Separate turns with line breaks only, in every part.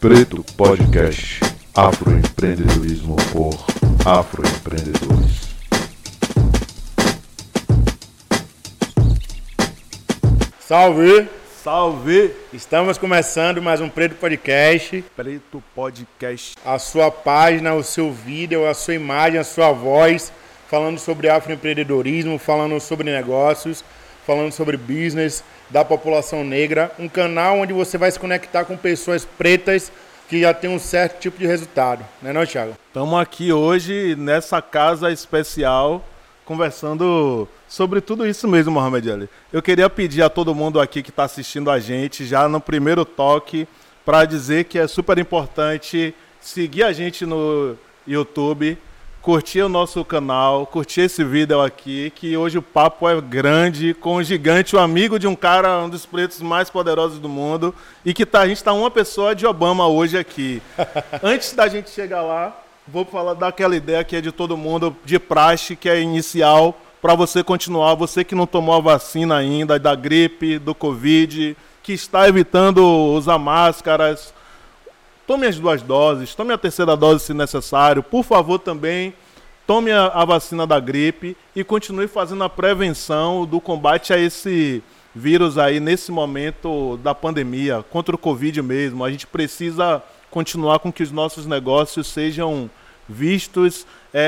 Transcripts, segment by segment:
Preto Podcast, afroempreendedorismo por afroempreendedores.
Salve!
Salve!
Estamos começando mais um Preto Podcast.
Preto Podcast.
A sua página, o seu vídeo, a sua imagem, a sua voz, falando sobre afroempreendedorismo, falando sobre negócios, falando sobre business da população negra. Um canal onde você vai se conectar com pessoas pretas que já tem um certo tipo de resultado. Não, Thiago?
Estamos aqui hoje nessa casa especial conversando sobre tudo isso mesmo, Mohamed Ali. Eu queria pedir a todo mundo aqui que está assistindo a gente, já no primeiro toque, para dizer que é super importante seguir a gente no YouTube, curtir o nosso canal, curtir esse vídeo aqui, que hoje o papo é grande, com o gigante, o amigo de um cara, um dos pretos mais poderosos do mundo, e que a gente está uma pessoa de Obama hoje aqui. Antes da gente chegar lá, vou falar daquela ideia que é de todo mundo, de praxe, que é inicial, para você continuar, você que não tomou a vacina ainda, da gripe, do Covid, que está evitando usar máscaras, tome as 2 doses, tome a 3ª dose se necessário, por favor também, tome a vacina da gripe e continue fazendo a prevenção do combate a esse vírus aí nesse momento da pandemia, contra o Covid mesmo. A gente precisa continuar com que os nossos negócios sejam vistos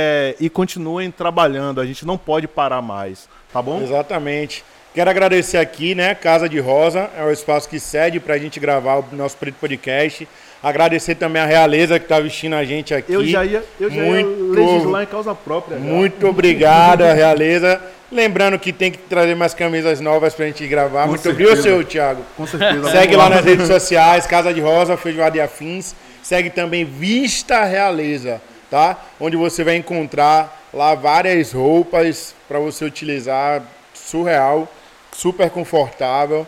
e continuem trabalhando. A gente não pode parar mais, tá bom?
Exatamente. Quero agradecer aqui, Casa de Rosa, é o espaço que cede para a gente gravar o nosso Preto Podcast. Agradecer também a Realeza que está vestindo a gente aqui.
Eu já ia legislar em causa própria.
Muito obrigado, Realeza. Lembrando que tem que trazer mais camisas novas para a gente gravar. Muito obrigado, seu Thiago.
Com certeza.
Segue lá nas redes sociais, Casa de Rosa, Feijoada e Afins. Segue também Vista Realeza, tá? Onde você vai encontrar lá várias roupas para você utilizar, surreal, super confortável,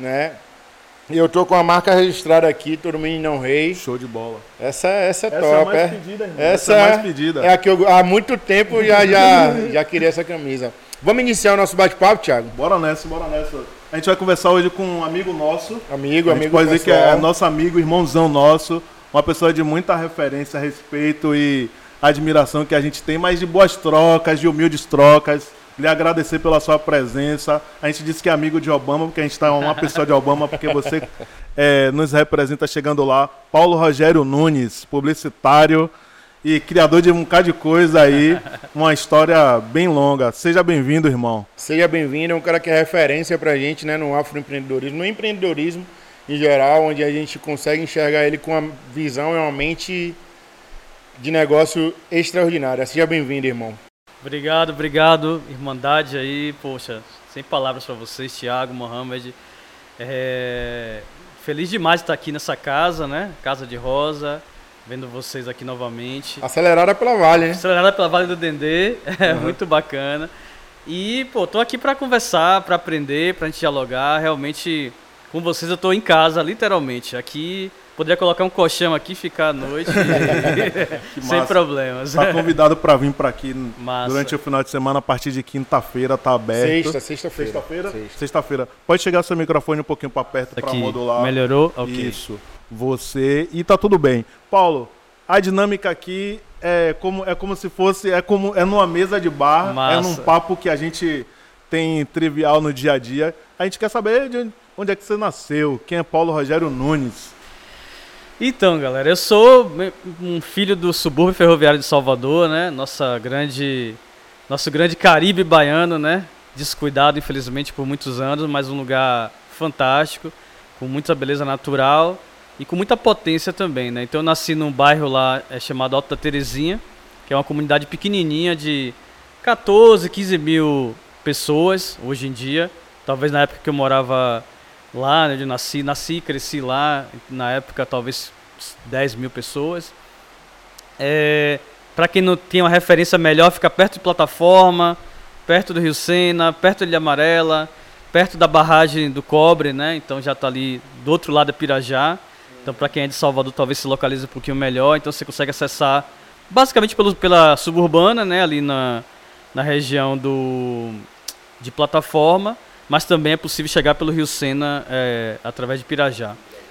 E eu tô com a marca registrada aqui, Todo Meninão Rei.
Show de bola.
Essa é top,
é a mais pedida, irmão. Essa é a mais pedida.
É a que eu há muito tempo já queria essa camisa. Vamos iniciar o nosso bate-papo, Thiago?
Bora nessa. A gente vai conversar hoje com um amigo nosso.
Amigo
pode dizer que
pessoal.
é nosso amigo, irmãozão nosso. Uma pessoa de muita referência, respeito e admiração que a gente tem, mas de boas trocas, de humildes trocas. Lhe agradecer pela sua presença. A gente disse que é amigo de Obama, porque a gente está uma pessoa de Obama, porque você nos representa chegando lá. Paulo Rogério Nunes, publicitário e criador de um bocado de coisa aí. Uma história bem longa. Seja bem-vindo, irmão.
Seja bem-vindo. É um cara que é referência pra gente, no afroempreendedorismo, no empreendedorismo em geral, onde a gente consegue enxergar ele com uma visão e uma mente de negócio extraordinária. Seja bem-vindo, irmão.
Obrigado, Irmandade aí, poxa, sem palavras para vocês, Thiago, Mohamed. Feliz demais de estar aqui nessa casa, Casa de Rosa, vendo vocês aqui novamente.
Acelerada pela Vale,
Acelerada pela Vale do Dendê, muito bacana. E, tô aqui para conversar, para aprender, para a gente dialogar. Realmente, com vocês eu tô em casa, literalmente. Aqui, poderia colocar um colchão aqui, ficar à noite sem problemas.
Tá convidado para vir para aqui
Massa.
Durante o final de semana, a partir de quinta-feira, tá aberto. Sexta-feira. Pode chegar seu microfone um pouquinho para perto para modular.
Melhorou? Ok.
Isso. Você. E tá tudo bem. Paulo, a dinâmica aqui é como se fosse. É numa mesa de bar.
Massa.
É num papo que a gente tem trivial no dia a dia. A gente quer saber de onde é que você nasceu. Quem é Paulo Rogério Nunes?
Então, galera, eu sou um filho do subúrbio ferroviário de Salvador, Nosso grande Caribe baiano, Descuidado, infelizmente, por muitos anos, mas um lugar fantástico, com muita beleza natural e com muita potência também, Então eu nasci num bairro lá chamado Alto da Terezinha, que é uma comunidade pequenininha de 14, 15 mil pessoas hoje em dia. Talvez na época que eu morava lá, onde eu nasci e cresci lá, na época talvez 10 mil pessoas. Para quem não tem uma referência melhor, fica perto de Plataforma, perto do Rio Sena, perto de Ilha Amarela, perto da barragem do Cobre, Então já está ali do outro lado da Pirajá. Então para quem é de Salvador talvez se localize um pouquinho melhor. Então você consegue acessar basicamente pela suburbana, ali na região de Plataforma. Mas também é possível chegar pelo Rio Sena através de Pirajá.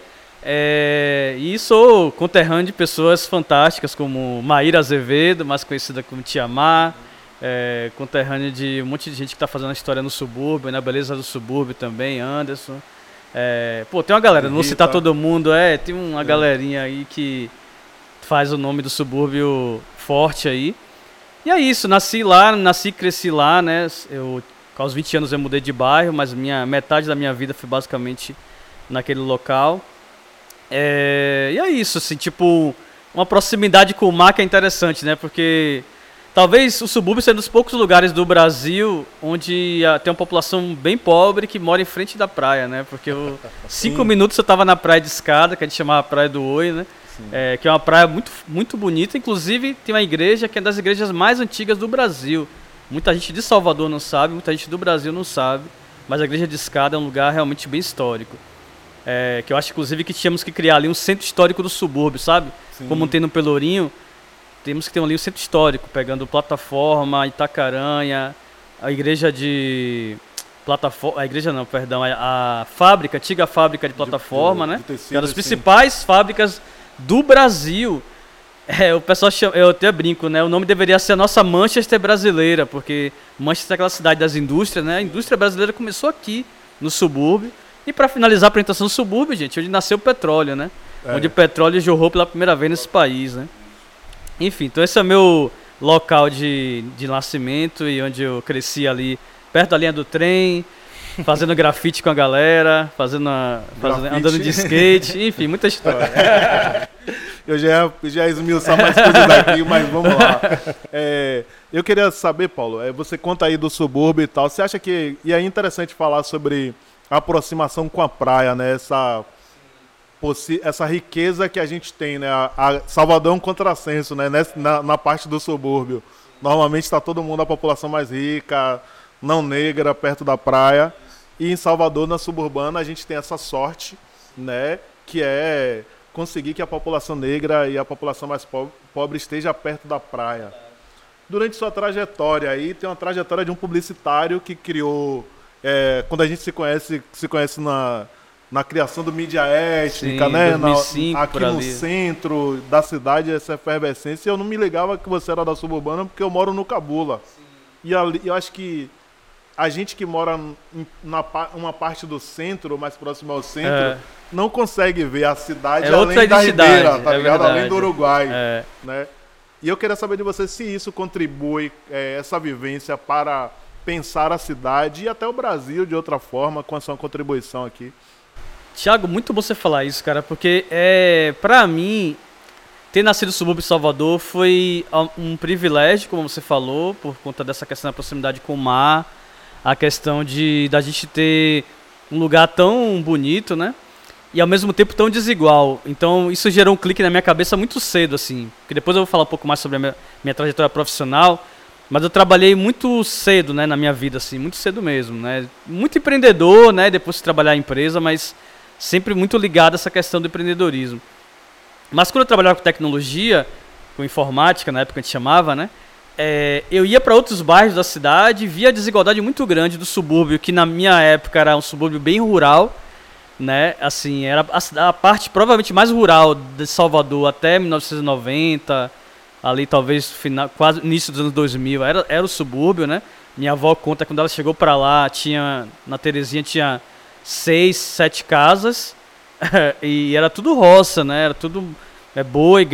E sou conterrâneo de pessoas fantásticas como Maíra Azevedo, mais conhecida como Tia Má, conterrâneo de um monte de gente que está fazendo a história no subúrbio, na beleza do subúrbio também, Anderson. Tem uma galera, não vou citar todo mundo, tem uma galerinha aí que faz o nome do subúrbio forte aí. E é isso, nasci e cresci lá, né? Aos 20 anos eu mudei de bairro, mas metade da minha vida foi basicamente naquele local. E é isso, assim, tipo, uma proximidade com o mar que é interessante, né? Porque talvez o subúrbio seja um dos poucos lugares do Brasil onde tem uma população bem pobre que mora em frente da praia, né? Porque 5 minutos eu estava na praia de escada, que a gente chamava Praia do Oi, né? Que é uma praia muito, muito bonita. Inclusive tem uma igreja que é das igrejas mais antigas do Brasil. Muita gente de Salvador não sabe, muita gente do Brasil não sabe, mas a igreja de escada é um lugar realmente bem histórico. Que eu acho, inclusive, que tínhamos que criar ali um centro histórico do subúrbio, sabe? Sim. Como tem no Pelourinho, temos que ter ali um centro histórico, pegando Plataforma, Itacaranha, a igreja de... A igreja não, perdão, a fábrica, a antiga fábrica de Plataforma, né? Tecido, que é uma das principais fábricas do Brasil. O pessoal chama, eu até brinco, né? O nome deveria ser a nossa Manchester brasileira, porque Manchester é aquela cidade das indústrias, né? A indústria brasileira começou aqui, no subúrbio. E para finalizar a apresentação do subúrbio, gente, onde nasceu o petróleo, né? Onde o petróleo jorrou pela primeira vez nesse país, né? Enfim, então esse é o meu local de nascimento e onde eu cresci ali, perto da linha do trem, fazendo grafite com a galera, andando de skate, enfim, muita história.
Eu já esmiuçar mais coisas daqui, mas vamos lá. Eu queria saber, Paulo, você conta aí do subúrbio e tal, você acha que... E é interessante falar sobre a aproximação com a praia, né? Essa riqueza que a gente tem, né? A Salvador é um contrassenso, né? Na parte do subúrbio. Normalmente está todo mundo, a população mais rica, não negra, perto da praia. E em Salvador, na suburbana, a gente tem essa sorte, né? Que é conseguir que a população negra e a população mais pobre esteja perto da praia. Durante sua trajetória aí, tem uma trajetória de um publicitário que criou... quando a gente se conhece na criação do mídia étnica, sim, né?
2005,
aqui no centro da cidade, essa efervescência. Eu não me ligava que você era da suburbana porque eu moro no Cabula. Sim. E ali, eu acho que a gente que mora uma parte do centro, mais próximo ao centro, não consegue ver a cidade além da Ribeira, tá ligado? Além do Uruguai, né? E eu queria saber de você se isso contribui, essa vivência, para pensar a cidade e até o Brasil de outra forma, com a sua contribuição aqui.
Tiago, muito bom você falar isso, cara, porque pra mim, ter nascido no subúrbio de Salvador foi um privilégio, como você falou, por conta dessa questão da proximidade com o mar, a questão da gente ter um lugar tão bonito, né? E ao mesmo tempo tão desigual. Então isso gerou um clique na minha cabeça muito cedo, assim. Porque depois eu vou falar um pouco mais sobre a minha trajetória profissional. Mas eu trabalhei muito cedo, né, na minha vida, assim, muito cedo mesmo, né? Muito empreendedor, né, depois de trabalhar em empresa, mas sempre muito ligado a essa questão do empreendedorismo. Mas quando eu trabalhava com tecnologia, com informática, na época a gente chamava, né? Eu ia para outros bairros da cidade e via a desigualdade muito grande do subúrbio, que na minha época era um subúrbio bem rural, né? Assim, era a parte provavelmente mais rural de Salvador até 1990, ali talvez quase início dos anos 2000, era o subúrbio, né? Minha avó conta que quando ela chegou para lá, na Terezinha tinha 6, 7 casas e era tudo roça, né? Era tudo boi,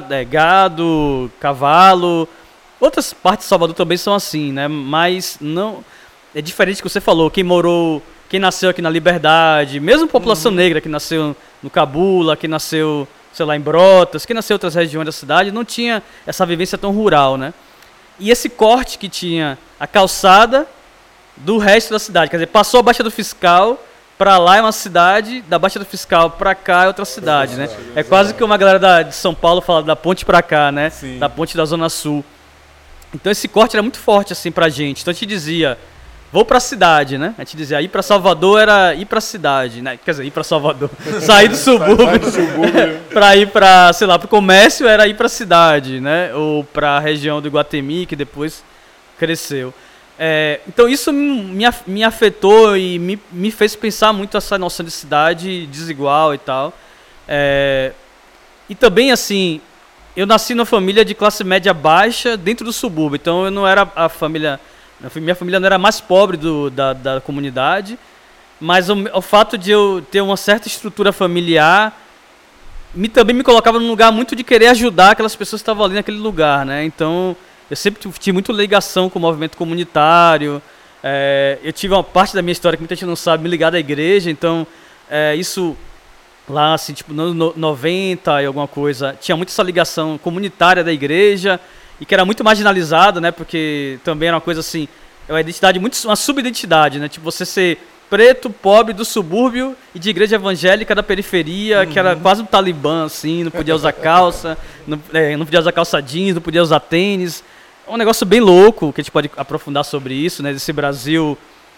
gado, cavalo. Outras partes de Salvador também são assim, né? Mas não é diferente do que você falou. Quem nasceu aqui na Liberdade, mesmo população negra que nasceu no Cabula, que nasceu, sei lá, em Brotas, que nasceu em outras regiões da cidade, não tinha essa vivência tão rural, né? E esse corte que tinha a calçada do resto da cidade, quer dizer, passou a Baixa do Fiscal, pra lá é uma cidade, da Baixa do Fiscal pra cá é outra cidade, né? É quase que uma galera de São Paulo fala da ponte pra cá, né? Sim. Da ponte da Zona Sul. Então esse corte era muito forte, assim, pra gente. Então a gente dizia, vou pra cidade, né? A gente dizia, ir pra Salvador era ir pra cidade, né? Quer dizer, ir pra Salvador. Sair do subúrbio. Pra ir pra, sei lá, pro comércio era ir pra cidade, né? Ou pra região do Iguatemi, que depois cresceu. Então isso me afetou e me fez pensar muito essa noção de cidade desigual e tal. E também, assim, eu nasci numa família de classe média baixa dentro do subúrbio. Então eu não era a família... Minha família não era a mais pobre da comunidade. Mas o fato de eu ter uma certa estrutura familiar também me colocava num lugar muito de querer ajudar aquelas pessoas que estavam ali naquele lugar, né? Então eu sempre tive muita ligação com o movimento comunitário. Eu tive uma parte da minha história que muita gente não sabe, me ligada à igreja. Então isso... Lá, assim, tipo, nos anos 90 e alguma coisa, tinha muito essa ligação comunitária da igreja e que era muito marginalizada, né? Porque também era uma coisa assim, é uma identidade uma subidentidade, né? Tipo, você ser preto, pobre, do subúrbio e de igreja evangélica da periferia, que era quase um talibã, assim, não podia usar calça, não podia usar calça jeans, não podia usar tênis. É um negócio bem louco, que a gente pode aprofundar sobre isso, né? Desse Brasil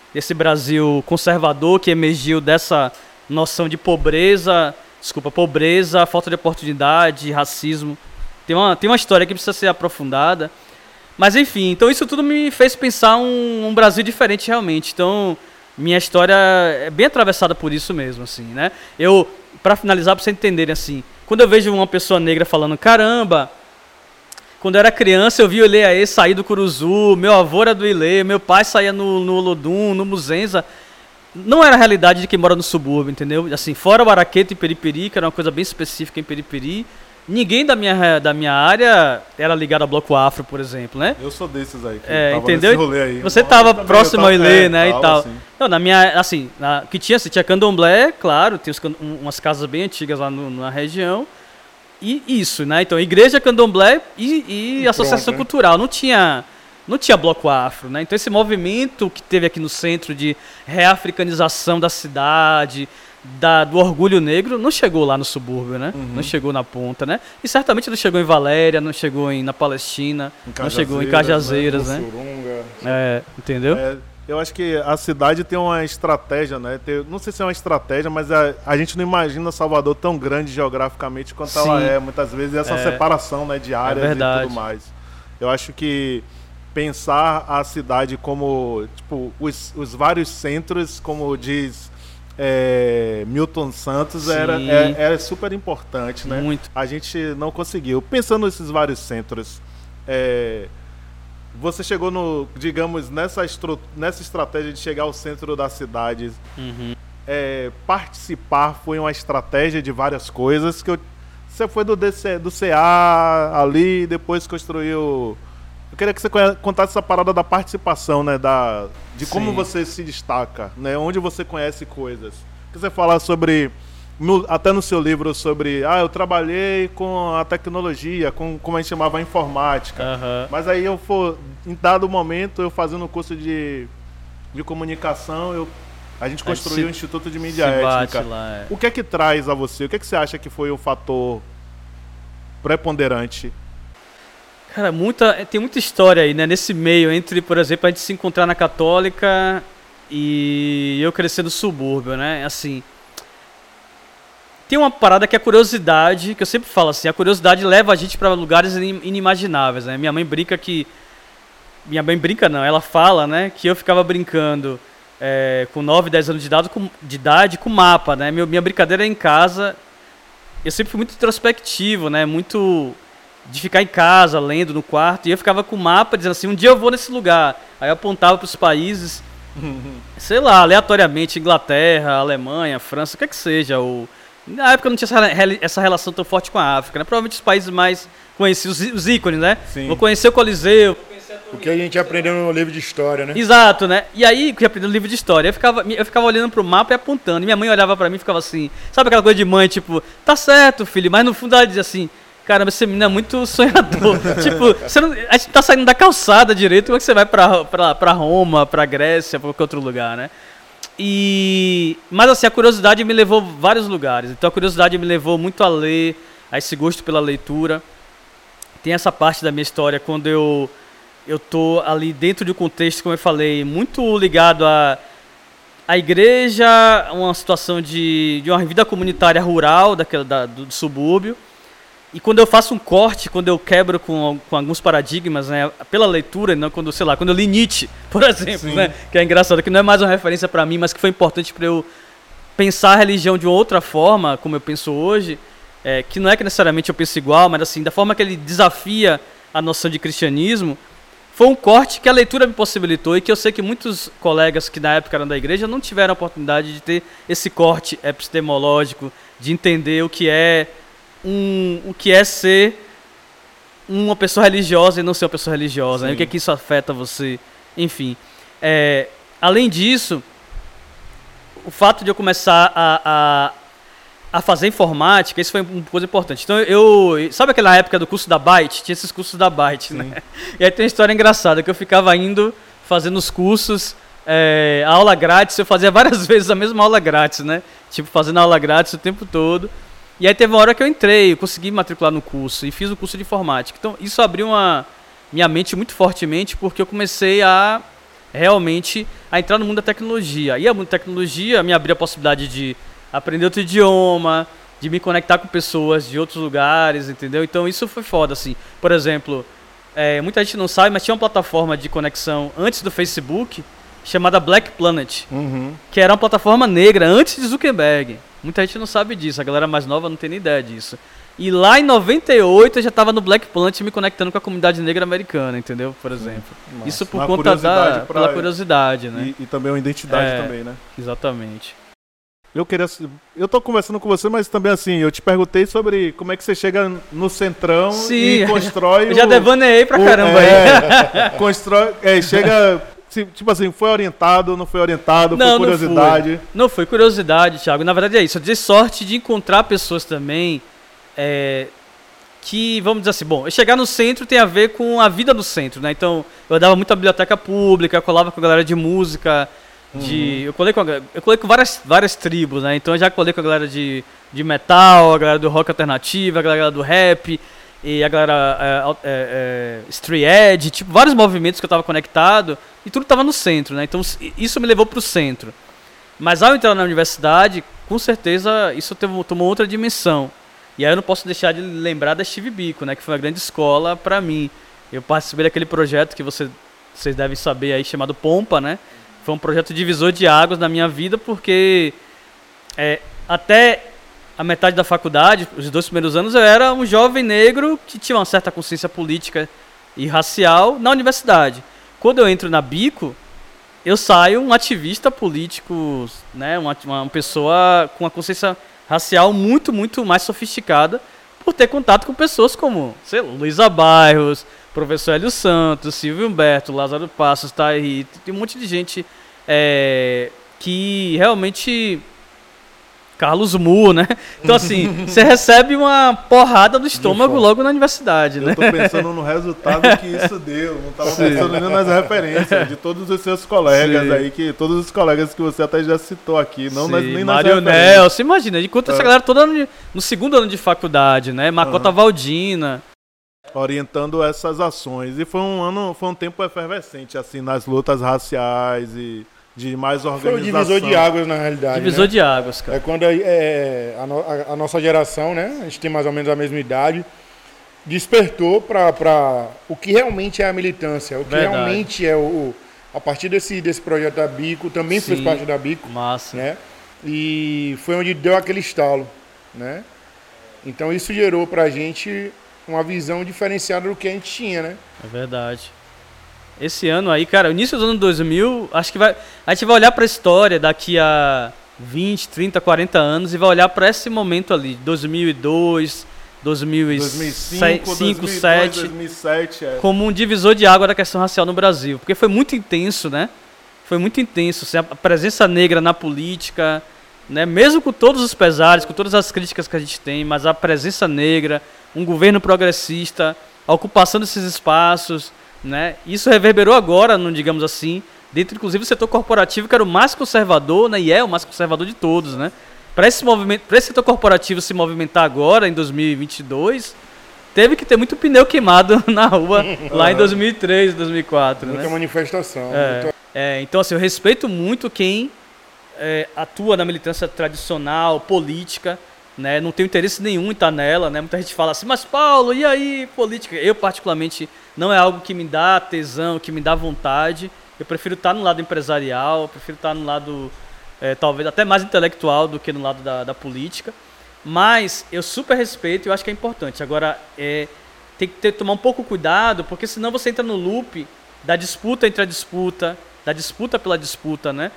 conservador que emergiu dessa noção de pobreza, falta de oportunidade, racismo. Tem uma história que precisa ser aprofundada. Mas enfim, então isso tudo me fez pensar um Brasil diferente realmente. Então, minha história é bem atravessada por isso mesmo, assim, né? Pra finalizar, pra vocês entenderem, assim, quando eu vejo uma pessoa negra falando, caramba, quando eu era criança eu vi o Ilê sair do Curuzu, meu avô era do Ilê, meu pai saía no Olodum, no Muzenza. Não era a realidade de quem mora no subúrbio, entendeu? Assim, fora o Araqueto e Periperi, que era uma coisa bem específica em Periperi, ninguém da minha área era ligado ao Bloco Afro, por exemplo, né?
Eu sou desses aí,
entendeu?
Nesse rolê aí.
Você tava próximo ao Ilê, né, e tal.
Assim.
Não, que tinha candomblé, claro, tem umas casas bem antigas lá na região, e isso, né? Então, igreja, candomblé e associação cultural, não tinha bloco afro, né? Então esse movimento que teve aqui no centro de reafricanização da cidade, do orgulho negro, não chegou lá no subúrbio, né? Não chegou na ponta, né? E certamente não chegou em Valéria, não chegou na Palestina, não chegou em Cajazeiras, né? Entendeu?
Eu acho que a cidade tem uma estratégia, né? Não sei se é uma estratégia, mas a gente não imagina Salvador tão grande geograficamente quanto ela é, muitas vezes, essa separação, né, de áreas e tudo mais. Eu acho que pensar a cidade como, tipo, os vários centros, como diz Milton Santos, era super importante, né?
Muito.
A gente não conseguiu. Pensando nesses vários centros, você chegou digamos, nessa estratégia de chegar ao centro da cidade. Participar foi uma estratégia de várias coisas você foi do CA ali, depois construiu. Eu queria que você contasse essa parada da participação, né? De como você se destaca, né? Onde você conhece coisas. Que você fala sobre, até no seu livro, sobre... eu trabalhei com a tecnologia, como a gente chamava a informática. Mas aí em dado momento, eu fazendo o curso de comunicação, a gente construiu o Instituto de Mídia Étnica.
Lá,
O que é que traz a você? O que é que você acha que foi o fator preponderante?
Cara, tem muita história aí, né? Nesse meio, entre, por exemplo, a gente se encontrar na Católica e eu crescer no subúrbio, né? Assim, tem uma parada que é a curiosidade, que eu sempre falo assim, a curiosidade leva a gente para lugares inimagináveis, né? Minha mãe brinca não, ela fala, né, que eu ficava brincando com 9, 10 anos de idade com mapa, né? Minha brincadeira em casa, eu sempre fui muito introspectivo, né? Muito de ficar em casa, lendo no quarto, e eu ficava com o mapa dizendo assim, um dia eu vou nesse lugar. Aí eu apontava para os países, sei lá, aleatoriamente, Inglaterra, Alemanha, França, o que é que seja. Na época não tinha essa relação tão forte com a África, né? Provavelmente os países mais conhecidos, os ícones, né?
Sim.
Vou conhecer o Coliseu.
O que a gente aprendeu no livro de história, né?
Exato, né? E aí, que eu aprendi no livro de história, eu ficava olhando pro mapa e apontando. E minha mãe olhava pra mim e ficava assim, sabe aquela coisa de mãe, tipo, tá certo, filho, mas no fundo ela dizia assim, caramba, esse menino é muito sonhador. Tipo, a gente tá saindo da calçada direito, como é que você vai pra Roma, pra Grécia, pra qualquer outro lugar, né? Mas assim, a curiosidade me levou a vários lugares. Então a curiosidade me levou muito a ler, a esse gosto pela leitura. Tem essa parte da minha história quando eu tô ali dentro de um contexto, como eu falei, muito ligado à igreja, uma situação de uma vida comunitária rural do subúrbio. E quando eu faço um corte, quando eu quebro com alguns paradigmas, né, pela leitura, não, quando eu li Nietzsche, por exemplo, né, que é engraçado, que não é mais uma referência para mim, mas que foi importante para eu pensar a religião de outra forma, como eu penso hoje, que não é que necessariamente eu penso igual, mas assim, da forma que ele desafia a noção de cristianismo, foi um corte que a leitura me possibilitou e que eu sei que muitos colegas que na época eram da igreja não tiveram a oportunidade de ter esse corte epistemológico, de entender o que é ser uma pessoa religiosa e não ser uma pessoa religiosa, né? O que é que isso afeta você, enfim. Além disso, o fato de eu começar a fazer informática, isso foi uma coisa importante. Então, sabe aquela época do curso da Byte? Tinha esses cursos da Byte, né? E aí tem uma história engraçada, que eu ficava indo, fazendo os cursos, aula grátis, eu fazia várias vezes a mesma aula grátis, né? Tipo, fazendo aula grátis o tempo todo. E aí teve uma hora que eu consegui me matricular no curso, e fiz o curso de informática. Então, isso abriu minha mente muito fortemente, porque eu comecei realmente a entrar no mundo da tecnologia. E a mundo da tecnologia me abriu a possibilidade de aprender outro idioma, de me conectar com pessoas de outros lugares, entendeu? Então isso foi foda, assim. Por exemplo, muita gente não sabe, mas tinha uma plataforma de conexão antes do Facebook, chamada Black Planet, que era uma plataforma negra antes de Zuckerberg. Muita gente não sabe disso, a galera mais nova não tem nem ideia disso. E lá em 98 eu já estava no Black Planet me conectando com a comunidade negra americana, entendeu? Por exemplo.
Nossa.
Isso por conta pela curiosidade, né?
E também uma identidade também, né?
Exatamente.
Eu tô conversando com você, mas também assim, eu te perguntei sobre como é que você chega no centrão e constrói
eu já devaneei pra caramba aí.
Constrói, chega, tipo assim, foi orientado, não foi orientado, foi curiosidade?
Não foi curiosidade, Thiago. Na verdade é isso, eu tive sorte de encontrar pessoas também que, vamos dizer assim, bom, chegar no centro tem a ver com a vida do centro, né? Então, eu andava muito na biblioteca pública, eu colava com a galera de música, eu colei com várias tribos, né? Então eu já colei com a galera de metal, a galera do rock alternativo, a galera do rap, e a galera street edge, tipo, vários movimentos que eu estava conectado, e tudo estava no centro, né? Então isso me levou para o centro. Mas ao entrar na universidade, com certeza isso tomou outra dimensão. E aí eu não posso deixar de lembrar da Steve Biko, né? Que foi uma grande escola para mim. Eu participei daquele projeto que vocês devem saber aí, chamado Pompa, né? Foi um projeto divisor de águas na minha vida, porque até a metade da faculdade, os 2 primeiros anos, eu era um jovem negro que tinha uma certa consciência política e racial na universidade. Quando eu entro na Bico, eu saio um ativista político, né, uma pessoa com uma consciência racial muito, muito mais sofisticada, por ter contato com pessoas como, sei lá, Luísa Bairros, professor Hélio Santos, Silvio Humberto, Lázaro Passos, Tairi, tem um monte de gente que realmente... Carlos Mu, né? Então, assim, você recebe uma porrada no estômago logo na universidade, né?
Eu tô pensando no resultado que isso deu. Não tava pensando nem nas referências de todos os seus colegas aí, todos os colegas que você até já citou aqui, não nem nas
referências. Nelson, imagina, enquanto essa galera toda no segundo ano de faculdade, né? Macota Valdina.
Orientando essas ações. E foi um tempo efervescente, assim, nas lutas raciais e de mais organização.
Foi o divisor de águas, na realidade.
Divisor de águas, cara.
É quando a nossa geração, né? A gente tem mais ou menos a mesma idade, despertou para o que realmente é a militância, o que realmente é a partir desse projeto da Bico, também fez parte da Bico.
Massa.
Né? E foi onde deu aquele estalo, né? Então isso gerou pra gente uma visão diferenciada do que a gente tinha, né?
É verdade. Esse ano aí, cara, o início dos anos 2000, acho que a gente vai olhar pra história daqui a 20, 30, 40 anos e vai olhar pra esse momento ali, 2002, 2005, 2007,
2007
como um divisor de água da questão racial no Brasil. Porque foi muito intenso, né? Foi muito intenso. Assim, a presença negra na política, né? Mesmo com todos os pesares, com todas as críticas que a gente tem, mas a presença negra, um governo progressista, a ocupação desses espaços, né? Isso reverberou agora, não digamos assim, dentro inclusive do setor corporativo, que era o mais conservador, né? E é o mais conservador de todos, né? Para esse setor corporativo se movimentar agora, em 2022, teve que ter muito pneu queimado na rua lá em 2003, 2004.
Muita manifestação.
Então, assim, eu respeito muito quem atua na militância tradicional, política, né? Não tenho interesse nenhum em estar nela, né? Muita gente fala assim, mas Paulo, e aí, política? Eu, particularmente, não é algo que me dá tesão, que me dá vontade. Eu prefiro estar no lado empresarial, eu prefiro estar no lado talvez até mais intelectual do que no lado da política. Mas eu super respeito e eu acho que é importante. Agora, tem que tomar um pouco cuidado, porque senão você entra no loop da disputa entre a disputa, da disputa pela disputa, né?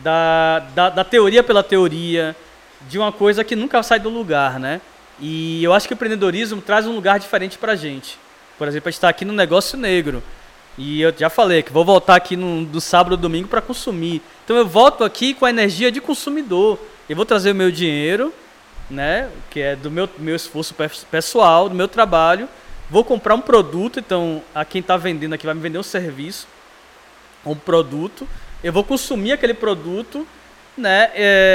Da teoria pela teoria, de uma coisa que nunca sai do lugar, né? E eu acho que o empreendedorismo traz um lugar diferente pra gente. Por exemplo, a gente está aqui no negócio negro. E eu já falei que vou voltar aqui no sábado ou domingo para consumir. Então eu volto aqui com a energia de consumidor. Eu vou trazer o meu dinheiro, né, que é do meu esforço pessoal, do meu trabalho. Vou comprar um produto, então a quem está vendendo aqui vai me vender um serviço, um produto. Eu vou consumir aquele produto, né?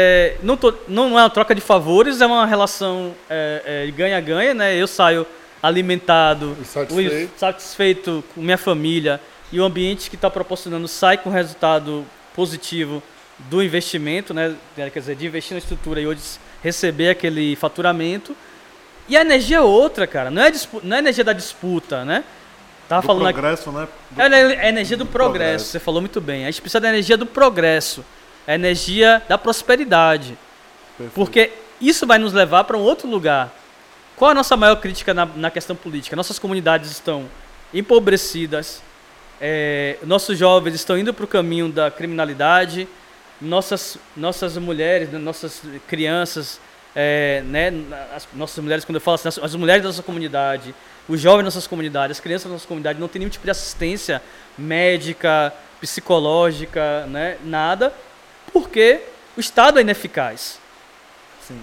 Não é uma troca de favores, é uma relação ganha-ganha, né? Eu saio alimentado, satisfeito com minha família, e o ambiente que está proporcionando sai com resultado positivo do investimento, né? Quer dizer, de investir na estrutura e hoje receber aquele faturamento. E a energia é outra, cara, não é a energia da disputa, né? Tava
do
falando
progresso, né?
É a energia do progresso, você falou muito bem. A gente precisa da energia do progresso, a energia da prosperidade. Perfeito. Porque isso vai nos levar para um outro lugar. Qual a nossa maior crítica na questão política? Nossas comunidades estão empobrecidas, nossos jovens estão indo para o caminho da criminalidade, nossas mulheres, nossas crianças, né, nossas mulheres, quando eu falo assim, as mulheres da nossa comunidade, os jovens das nossas comunidades, as crianças da nossa comunidade não têm nenhum tipo de assistência médica, psicológica, né, nada, porque o Estado é ineficaz. Sim.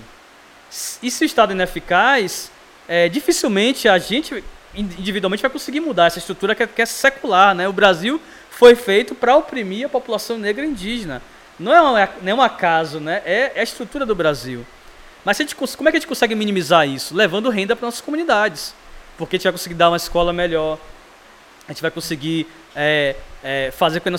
E se o Estado é ineficaz, dificilmente a gente individualmente vai conseguir mudar essa estrutura que é secular, né? O Brasil foi feito para oprimir a população negra e indígena. Não é um acaso, né? É a estrutura do Brasil. Mas como é que a gente consegue minimizar isso? Levando renda para nossas comunidades. Porque a gente vai conseguir dar uma escola melhor, a gente vai conseguir fazer com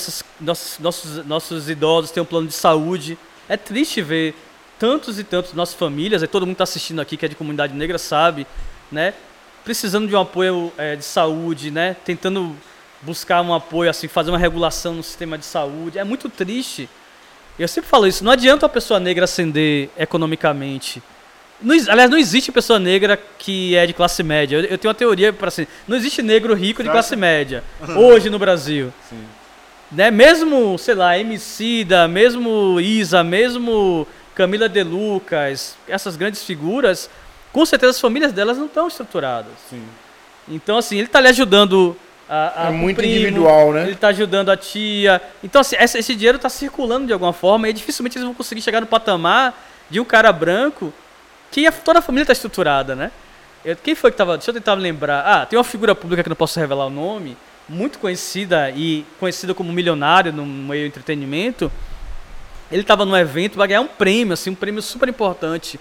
que nossos idosos tenham um plano de saúde. É triste ver tantos e tantos nossas famílias, todo mundo está assistindo aqui que é de comunidade negra, sabe, né, precisando de um apoio de saúde, né, tentando buscar um apoio, assim, fazer uma regulação no sistema de saúde. É muito triste. Eu sempre falo isso, não adianta a pessoa negra ascender economicamente. Aliás, não existe pessoa negra que é de classe média. Eu tenho uma teoria para assim, não existe negro rico de classe média hoje no Brasil. Sim. Né? Mesmo, sei lá, Emicida, mesmo Isa, mesmo Camila De Lucas, essas grandes figuras, com certeza as famílias delas não estão estruturadas. Sim. Então, assim, ele está lhe ajudando a
muito
primo,
individual, né?
Ele está ajudando a tia. Então, assim, esse dinheiro está circulando de alguma forma e dificilmente eles vão conseguir chegar no patamar de um cara branco que toda a família está estruturada, né? Quem foi que estava... Deixa eu tentar lembrar. Tem uma figura pública que não posso revelar o nome, muito conhecida e conhecida como milionário no meio do entretenimento. Ele estava num evento para ganhar um prêmio, assim, um prêmio super importante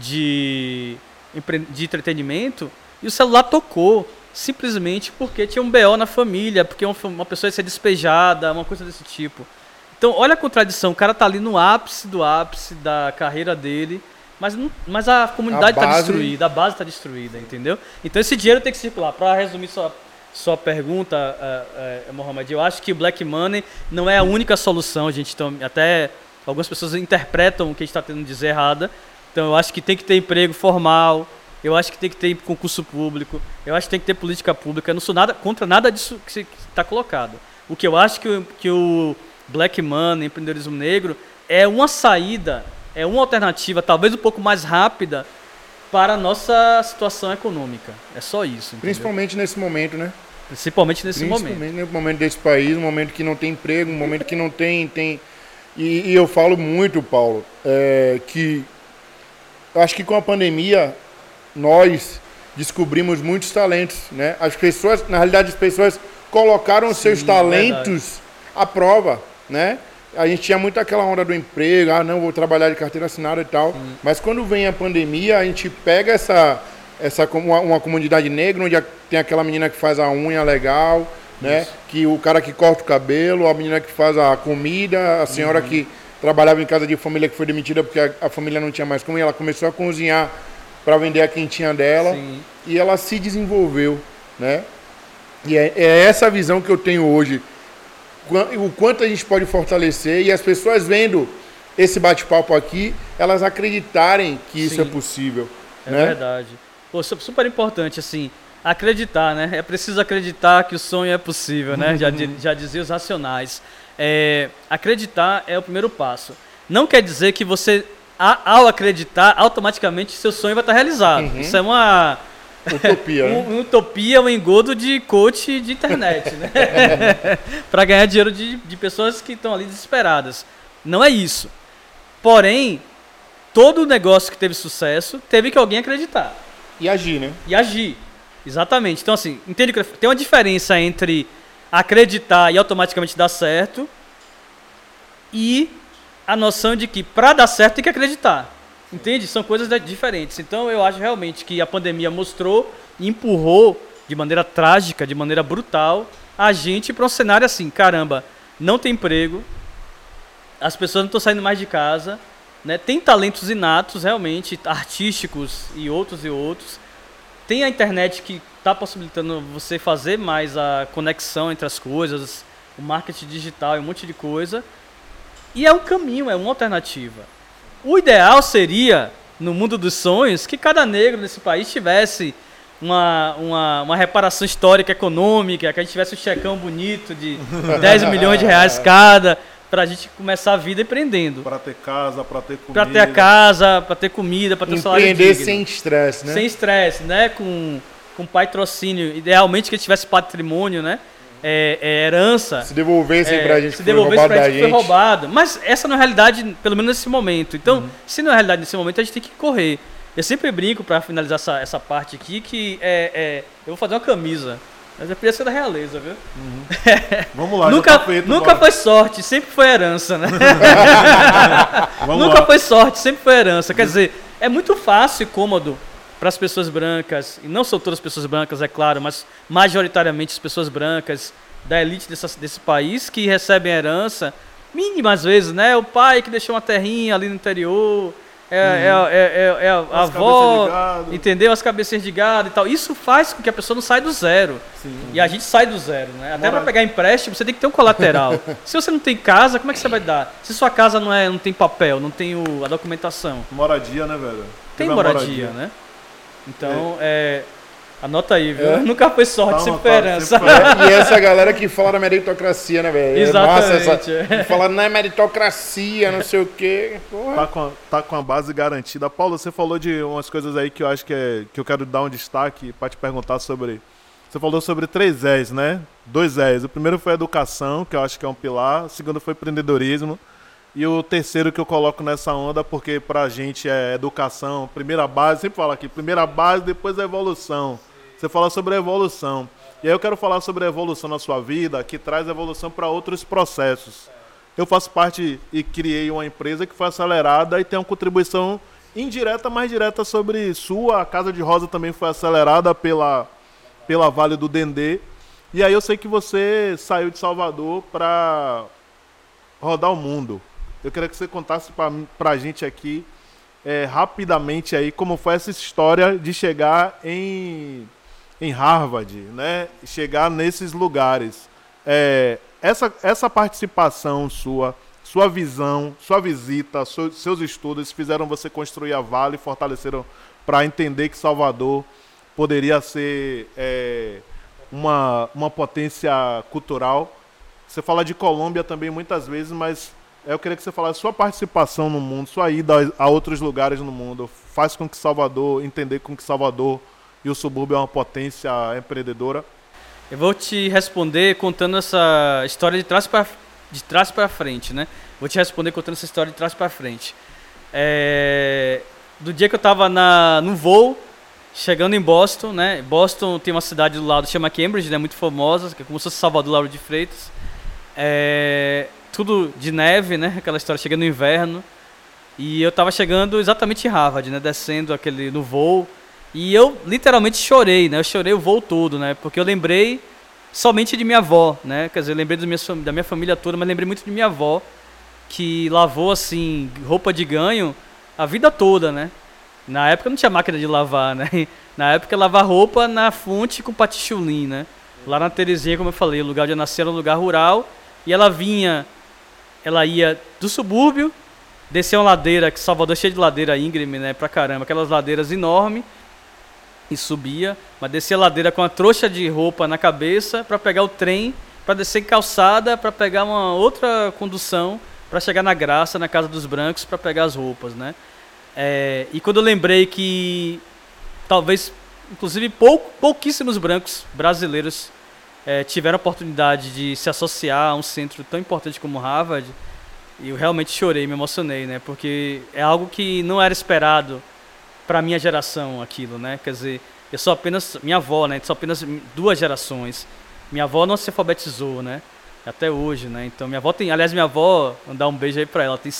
de entretenimento, e o celular tocou, simplesmente porque tinha um BO na família, porque uma pessoa ia ser despejada, uma coisa desse tipo. Então, olha a contradição, o cara tá ali no ápice da carreira dele, mas a comunidade está destruída, a base está destruída, entendeu? Então esse dinheiro tem que circular. Para resumir sua pergunta, Mohamed, eu acho que o Black Money não é a única solução, gente. Então, até algumas pessoas interpretam o que a gente está tentando dizer errada. Então eu acho que tem que ter emprego formal, eu acho que tem que ter concurso público, eu acho que tem que ter política pública. Eu não sou contra nada disso que está colocado. O que eu acho que o Black Money, empreendedorismo negro, é uma saída, é uma alternativa, talvez um pouco mais rápida, para a nossa situação econômica. É só isso. Entendeu?
Principalmente nesse momento, né?
Principalmente nesse momento.
Principalmente no momento desse país, um momento que não tem emprego, um momento que não tem... E eu falo muito, Paulo, que eu acho que com a pandemia nós descobrimos muitos talentos, né? As pessoas, na realidade, as pessoas colocaram seus talentos à prova, né? A gente tinha muito aquela onda do emprego, não, vou trabalhar de carteira assinada e tal. Sim. Mas quando vem a pandemia, a gente pega uma comunidade negra, onde tem aquela menina que faz a unha legal, né? Que o cara que corta o cabelo, a menina que faz a comida, a senhora que trabalhava em casa de família que foi demitida porque a família não tinha mais como, e ela começou a cozinhar para vender a quentinha dela. Sim. E ela se desenvolveu, né? E é essa visão que eu tenho hoje. O quanto a gente pode fortalecer, e as pessoas vendo esse bate-papo aqui, elas acreditarem que isso
Sim.
é possível.
É
né?
verdade. Pô, super importante, assim, acreditar, né? É preciso acreditar que o sonho é possível, né? Já dizia os racionais. Acreditar é o primeiro passo. Não quer dizer que você, ao acreditar, automaticamente seu sonho vai estar realizado. Isso é uma...
Utopia, né?
Uma utopia, um engodo de coach de internet, né? Para ganhar dinheiro de pessoas que estão ali desesperadas. Não é isso. Porém, todo negócio que teve sucesso, teve que alguém acreditar.
E agir, né?
E agir. Exatamente. Então, assim, entende que tem uma diferença entre acreditar e automaticamente dar certo e a noção de que para dar certo tem que acreditar. Entende? São coisas diferentes. Então, eu acho realmente que a pandemia mostrou e empurrou de maneira trágica, de maneira brutal, a gente para um cenário assim, caramba, não tem emprego, as pessoas não estão saindo mais de casa, né? Tem talentos inatos, realmente, artísticos e outros. Tem a internet que está possibilitando você fazer mais a conexão entre as coisas, o marketing digital e um monte de coisa. E é um caminho, é uma alternativa. O ideal seria, no mundo dos sonhos, que cada negro nesse país tivesse uma reparação histórica, econômica, que a gente tivesse um checão bonito de 10 milhões de reais cada, para a gente começar a vida empreendendo.
Para ter casa, para ter comida.
Para ter a casa, para ter comida, para ter salário digno.
Empreender sem estresse, né?
Sem estresse, né? Com patrocínio. Idealmente que ele tivesse patrimônio, né? Herança.
Se devolvessem pra gente
se
que foi
devolvesse
roubado
pra
da
gente que foi
gente.
roubado. Mas essa não é a realidade, pelo menos nesse momento. Então, se não é a realidade nesse momento, a gente tem que correr. Eu sempre brinco, para finalizar essa parte aqui, que eu vou fazer uma camisa. Mas podia ser da realeza, viu?
Vamos lá,
Nunca,
já tá feito,
nunca
bora.
foi sorte, sempre foi herança, né?
Vamos
Nunca
lá.
foi sorte, sempre foi herança. Quer dizer, é muito fácil e cômodo para as pessoas brancas, e não são todas as pessoas brancas, é claro, mas majoritariamente as pessoas brancas da elite desse país que recebem herança, mínima às vezes, né? O pai que deixou uma terrinha ali no interior, a
As
avó,
cabeças de gado.
entendeu? As cabeças de gado e tal. Isso faz com que a pessoa não saia do zero.
Sim.
E a gente sai do zero, né? Até para pegar empréstimo, você tem que ter um colateral. Se você não tem casa, como é que você vai dar? Se sua casa não tem papel, não tem a documentação.
Moradia, né, velho?
Tem
Tiver
moradia, né? Então, anota aí, viu? Nunca foi sorte,
Calma,
sempre foi
cara,
herança.
sempre foi.
E essa galera que fala da meritocracia, né, velho?
Exatamente.
É massa essa. Falar não é meritocracia, não sei o quê. Porra.
Tá com a base garantida. Paulo, você falou de umas coisas aí que eu acho que eu quero dar um destaque para te perguntar sobre. Você falou sobre 3 E's, né? 2 E's. O primeiro foi educação, que eu acho que é um pilar. O segundo foi empreendedorismo. E o terceiro que eu coloco nessa onda, porque pra gente é educação, primeira base, sempre falo aqui, primeira base, depois a evolução. Você fala sobre a evolução. E aí eu quero falar sobre a evolução na sua vida, que traz evolução para outros processos. Eu faço parte e criei uma empresa que foi acelerada e tem uma contribuição indireta, mais direta sobre sua. A Casa de Rosa também foi acelerada pela Vale do Dendê. E aí eu sei que você saiu de Salvador para rodar o mundo. Eu queria que você contasse pra gente aqui, rapidamente aí, como foi essa história de chegar em Harvard, né? Chegar nesses lugares. Essa participação sua visão, sua visita, seus estudos fizeram você construir a Vale, fortaleceram para entender que Salvador poderia ser uma potência cultural. Você fala de Colômbia também muitas vezes, mas eu queria que você falasse sua participação no mundo, sua ida a outros lugares no mundo, faz com que Salvador, entender com que Salvador e o subúrbio é uma potência empreendedora.
Eu vou te responder contando essa história de trás para frente, né? Vou te responder contando essa história de trás para frente. Do dia que eu estava no voo, chegando em Boston, né? Boston tem uma cidade do lado que chama Cambridge, né? Muito famosa, que é como se fosse Salvador Lauro de Freitas. Tudo de neve, né? Aquela história, chegando no inverno. E eu tava chegando exatamente em Harvard, né? Descendo no voo. E eu literalmente chorei, né? Eu chorei o voo todo, né? Porque eu lembrei somente de minha avó, né? Quer dizer, eu lembrei da minha família toda, mas lembrei muito de minha avó, que lavou, assim, roupa de ganho a vida toda, né? Na época não tinha máquina de lavar, né? Na época lavar roupa na fonte com paticholim, né? Lá na Terezinha, como eu falei, o lugar onde eu nasci era um lugar rural. E ela ia do subúrbio descer uma ladeira, que Salvador é cheio de ladeira íngreme, né, pra caramba, aquelas ladeiras enormes, e subia, mas descia a ladeira com uma trouxa de roupa na cabeça para pegar o trem, para descer em calçada, para pegar uma outra condução, para chegar na Graça, na Casa dos Brancos, para pegar as roupas, né? E quando eu lembrei que talvez, inclusive, pouquíssimos brancos brasileiros tiveram a oportunidade de se associar a um centro tão importante como Harvard, eu realmente chorei, me emocionei, né? Porque é algo que não era esperado para minha geração aquilo, né? Quer dizer, eu sou apenas minha avó, né? Sou apenas 2 gerações. Minha avó não se alfabetizou, né? Até hoje, né? Então minha avó tem, aliás, minha avó, vou dar um beijo aí para ela, tem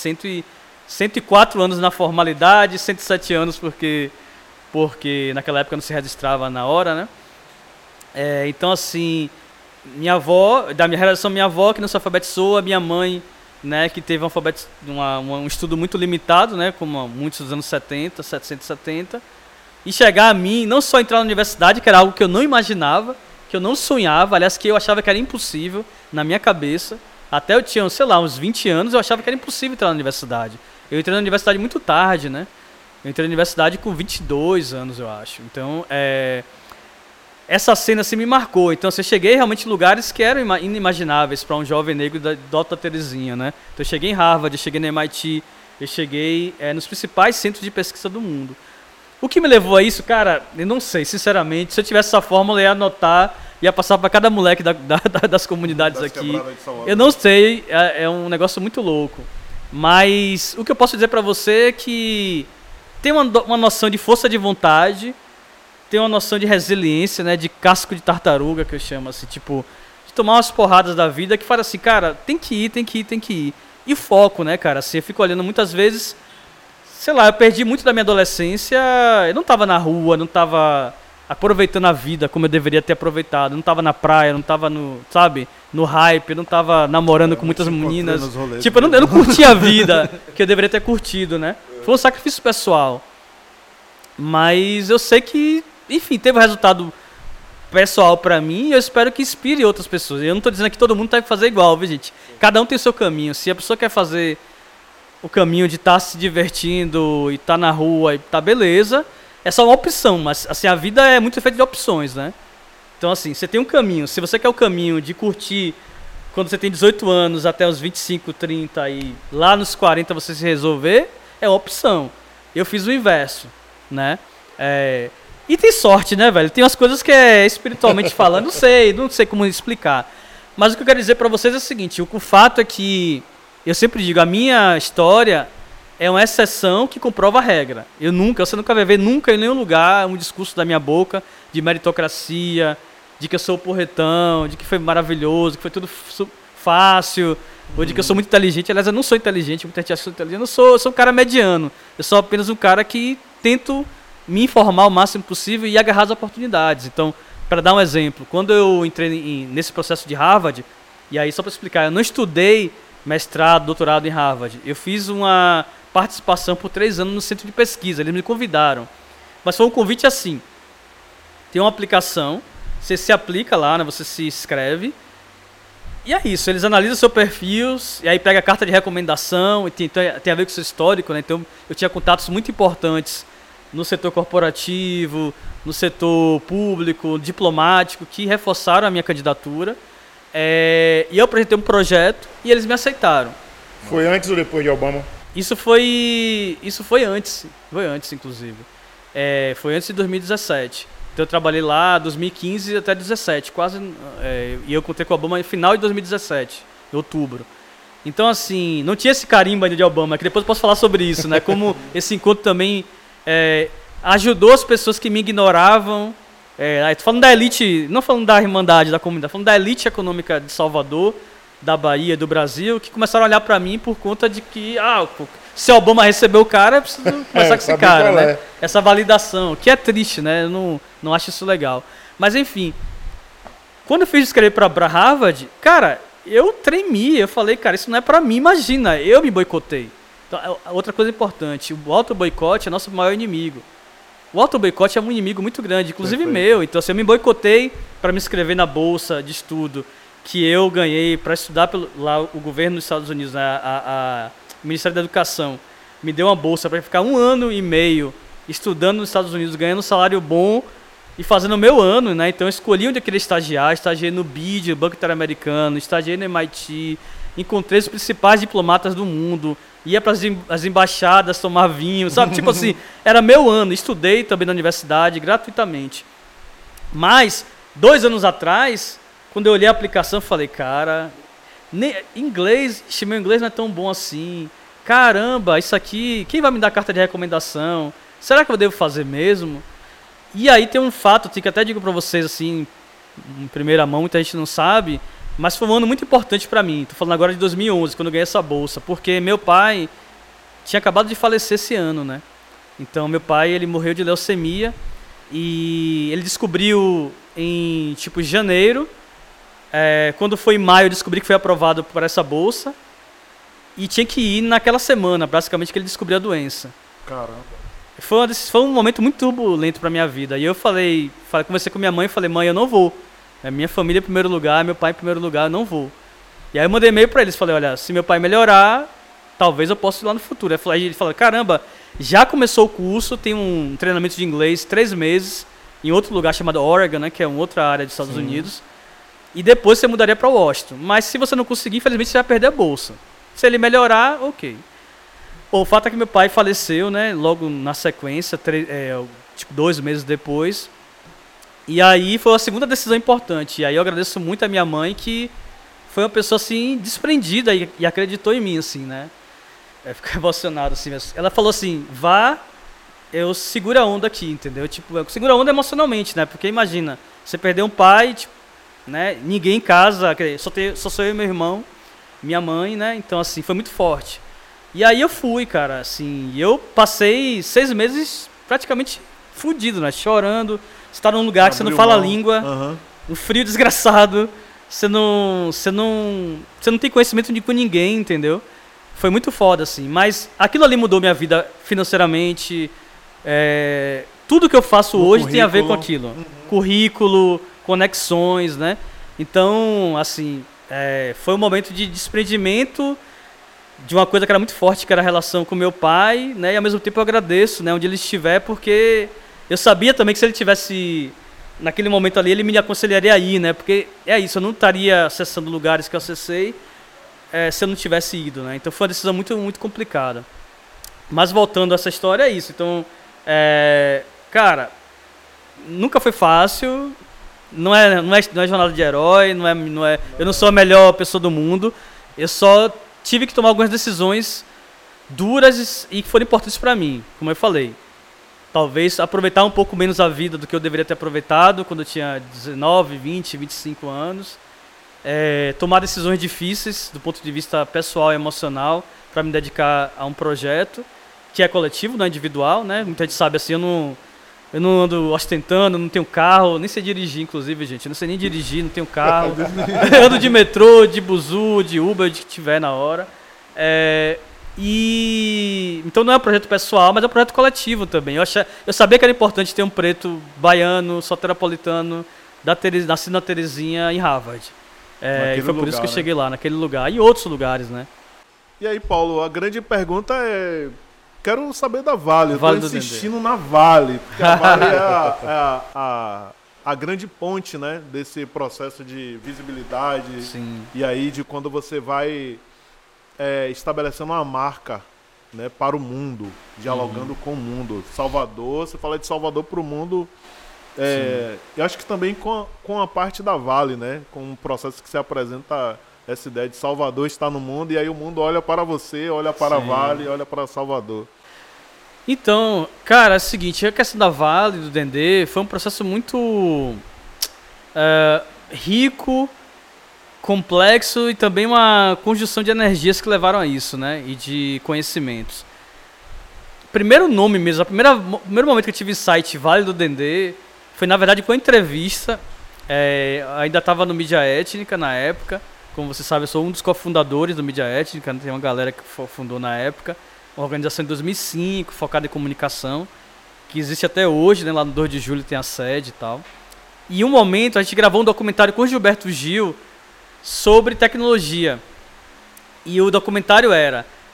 104 anos na formalidade, 107 anos porque naquela época não se registrava na hora, né? Então assim, minha avó, da minha geração, minha avó que não se alfabetizou, a minha mãe, né, que teve um estudo muito limitado, né, como muitos dos anos 70, 770, e chegar a mim, não só entrar na universidade, que era algo que eu não imaginava, que eu não sonhava, aliás, que eu achava que era impossível na minha cabeça, até eu tinha, sei lá, uns 20 anos, eu achava que era impossível entrar na universidade. Eu entrei na universidade muito tarde, né, eu entrei na universidade com 22 anos, eu acho, então, essa cena assim me marcou. Então, eu cheguei realmente em lugares que eram inimagináveis para um jovem negro da Alta Terezinha, né? Então, eu cheguei em Harvard, eu cheguei no MIT, eu cheguei nos principais centros de pesquisa do mundo. O que me levou a isso, cara, eu não sei, sinceramente. Se eu tivesse essa fórmula, eu ia anotar, ia passar para cada moleque das comunidades aqui. Eu não sei, é um negócio muito louco. Mas o que eu posso dizer para você é que tem uma noção de força de vontade, tem uma noção de resiliência, né, de casco de tartaruga, que eu chamo assim, tipo, de tomar umas porradas da vida que fala assim, cara, tem que ir. E foco, né, cara, assim, eu fico olhando muitas vezes, sei lá, eu perdi muito da minha adolescência, eu não tava na rua, não tava aproveitando a vida como eu deveria ter aproveitado, não tava na praia, não tava no hype, eu não tava namorando com muitas meninas, tipo, eu não curtia a vida que eu deveria ter curtido, né, foi um sacrifício pessoal, mas eu sei que, enfim, teve um resultado pessoal pra mim e eu espero que inspire outras pessoas. Eu não tô dizendo que todo mundo tem que fazer igual, viu, gente? Cada um tem o seu caminho. Se a pessoa quer fazer o caminho de estar se divertindo e estar na rua e tá beleza, é só uma opção. Mas, assim, a vida é muito feita de opções, né? Então, assim, você tem um caminho. Se você quer o caminho de curtir quando você tem 18 anos até os 25, 30 e lá nos 40 você se resolver, é uma opção. Eu fiz o inverso, né? E tem sorte, né, velho? Tem umas coisas que espiritualmente falando, não sei como explicar. Mas o que eu quero dizer pra vocês é o seguinte, o fato é que, eu sempre digo, a minha história é uma exceção que comprova a regra. Você nunca vai ver nunca em nenhum lugar um discurso da minha boca de meritocracia, de que eu sou o porretão, de que foi maravilhoso, que foi tudo fácil, ou de que eu sou muito inteligente. Aliás, eu não sou inteligente, muita gente acha que eu sou inteligente, eu sou um cara mediano. Eu sou apenas um cara que tento me informar o máximo possível e agarrar as oportunidades. Então, para dar um exemplo, quando eu entrei nesse processo de Harvard, e aí só para explicar, eu não estudei mestrado, doutorado em Harvard, eu fiz uma participação por 3 anos no centro de pesquisa, eles me convidaram. Mas foi um convite assim, tem uma aplicação, você se aplica lá, né, você se inscreve, e é isso, eles analisam seu perfil, e aí pega a carta de recomendação, e tem a ver com o seu histórico, né, então eu tinha contatos muito importantes no setor corporativo, no setor público, diplomático, que reforçaram a minha candidatura. E eu apresentei um projeto e eles me aceitaram.
Foi antes ou depois de Obama?
Isso foi antes, inclusive. Foi antes de 2017. Então eu trabalhei lá 2015 até 2017, quase. E eu contei com o Obama no final de 2017, em outubro. Então, assim, não tinha esse carimbo ainda de Obama, que depois eu posso falar sobre isso, né? Como esse encontro também ajudou as pessoas que me ignoravam. Tô falando da elite, não falando da irmandade, da comunidade, falando da elite econômica de Salvador, da Bahia, do Brasil, que começaram a olhar pra mim por conta de que, se Obama recebeu o cara, eu preciso conversar com esse cara, né? Essa validação, que é triste, né? Eu não acho isso legal. Mas, enfim, quando eu fiz escrever pra Harvard, cara, eu tremi, eu falei, cara, isso não é pra mim, imagina, eu me boicotei. Então, outra coisa importante, o auto-boicote é nosso maior inimigo. O auto-boicote é um inimigo muito grande, inclusive meu. Então, assim, eu me boicotei para me inscrever na bolsa de estudo que eu ganhei para estudar lá o governo dos Estados Unidos, né, o Ministério da Educação me deu uma bolsa para ficar 1 ano e meio estudando nos Estados Unidos, ganhando um salário bom e fazendo o meu ano, né? Então eu escolhi onde eu queria estagiar, estagiei no BID, Banco Interamericano, estagiei no MIT, encontrei os principais diplomatas do mundo, ia para as embaixadas tomar vinho, sabe? Tipo assim, era meu ano, estudei também na universidade gratuitamente. Mas, 2 anos atrás, quando eu olhei a aplicação, eu falei, cara, inglês, meu inglês não é tão bom assim. Caramba, isso aqui, quem vai me dar carta de recomendação? Será que eu devo fazer mesmo? E aí tem um fato que até digo pra vocês assim, em primeira mão, muita gente não sabe, mas foi um ano muito importante pra mim. Tô falando agora de 2011, quando eu ganhei essa bolsa, porque meu pai tinha acabado de falecer esse ano, né? Então meu pai, ele morreu de leucemia e ele descobriu em tipo janeiro, quando foi em maio eu descobri que foi aprovado por essa bolsa e tinha que ir naquela semana, basicamente, que ele descobriu a doença.
Caramba.
Foi um momento muito turbulento pra minha vida. E eu conversei com minha mãe e falei, mãe, eu não vou. É minha família em primeiro lugar, meu pai em primeiro lugar, eu não vou. E aí eu mandei e-mail pra eles, falei, olha, se meu pai melhorar, talvez eu possa ir lá no futuro. Aí ele falou, caramba, já começou o curso, tem um treinamento de inglês, 3 meses, em outro lugar chamado Oregon, né, que é uma outra área dos Estados Unidos. E depois você mudaria pra Washington. Mas se você não conseguir, infelizmente você vai perder a bolsa. Se ele melhorar, ok. O fato é que meu pai faleceu, né, logo na sequência, 2 meses depois. E aí foi a segunda decisão importante. E aí eu agradeço muito a minha mãe, que foi uma pessoa assim desprendida e acreditou em mim, assim, né? Fico emocionado assim. Ela falou assim, vá, eu seguro a onda aqui, entendeu? Tipo, eu seguro a onda emocionalmente, né? Porque imagina, você perder um pai, tipo, né? Ninguém em casa, só sou eu e meu irmão, minha mãe, né? Então assim, foi muito forte. E aí eu fui, cara, assim, eu passei 6 meses praticamente fudido, né? Chorando. Você tá num lugar que você não fala a língua, um frio desgraçado, você não tem conhecimento com ninguém, entendeu? Foi muito foda, assim. Mas aquilo ali mudou minha vida financeiramente. Tudo que eu faço hoje tem a ver com aquilo. Currículo, conexões, né? Então, assim, foi um momento de desprendimento de uma coisa que era muito forte, que era a relação com meu pai, né? E ao mesmo tempo eu agradeço, né, onde ele estiver, porque eu sabia também que se ele tivesse naquele momento ali, ele me aconselharia a ir, né? Porque é isso, eu não estaria acessando lugares que eu acessei se eu não tivesse ido, né? Então foi uma decisão muito, muito complicada. Mas voltando a essa história, é isso. Então, cara, nunca foi fácil, não é jornada de herói, eu não sou a melhor pessoa do mundo, eu só tive que tomar algumas decisões duras e que foram importantes para mim, como eu falei. Talvez aproveitar um pouco menos a vida do que eu deveria ter aproveitado quando eu tinha 19, 20, 25 anos. Tomar decisões difíceis do ponto de vista pessoal e emocional para me dedicar a um projeto que é coletivo, não é individual, né? Muita gente sabe assim, eu não ando ostentando, não tenho carro, nem sei dirigir, inclusive, gente. Eu não sei nem dirigir, não tenho carro. Eu ando de metrô, de buzu, de Uber, de que tiver na hora. Então não é um projeto pessoal, mas é um projeto coletivo também. Eu sabia que era importante ter um preto baiano, soteropolitano, nascido na Terezinha, em Harvard. E foi por isso que eu cheguei lá, naquele lugar. E outros lugares, né?
E aí, Paulo, a grande pergunta é... Quero saber da Vale. Eu
Vale
tô insistindo na Vale, porque a Vale é a grande ponte, né, desse processo de visibilidade.
Sim.
E aí de quando você vai estabelecendo uma marca, né, para o mundo, dialogando com o mundo. Salvador, você fala de Salvador para o mundo. Eu acho que também com a parte da Vale, né, com um processo que se apresenta essa ideia de Salvador está no mundo, e aí o mundo olha para você, olha para a Vale, olha para Salvador.
Então, cara, é o seguinte, a questão da Vale, do Dendê, foi um processo muito rico, complexo e também uma conjunção de energias que levaram a isso, né? E de conhecimentos. Primeiro nome mesmo, primeiro momento que eu tive insight Vale do Dendê foi, na verdade, com a entrevista. Ainda estava no Mídia Étnica na época. Como você sabe, eu sou um dos cofundadores do Mídia Étnica, tem uma galera que fundou na época. Uma organização em 2005, focada em comunicação, que existe até hoje, né? Lá no 2 de julho tem a sede e tal. E em um momento a gente gravou um documentário com o Gilberto Gil sobre tecnologia. E o documentário era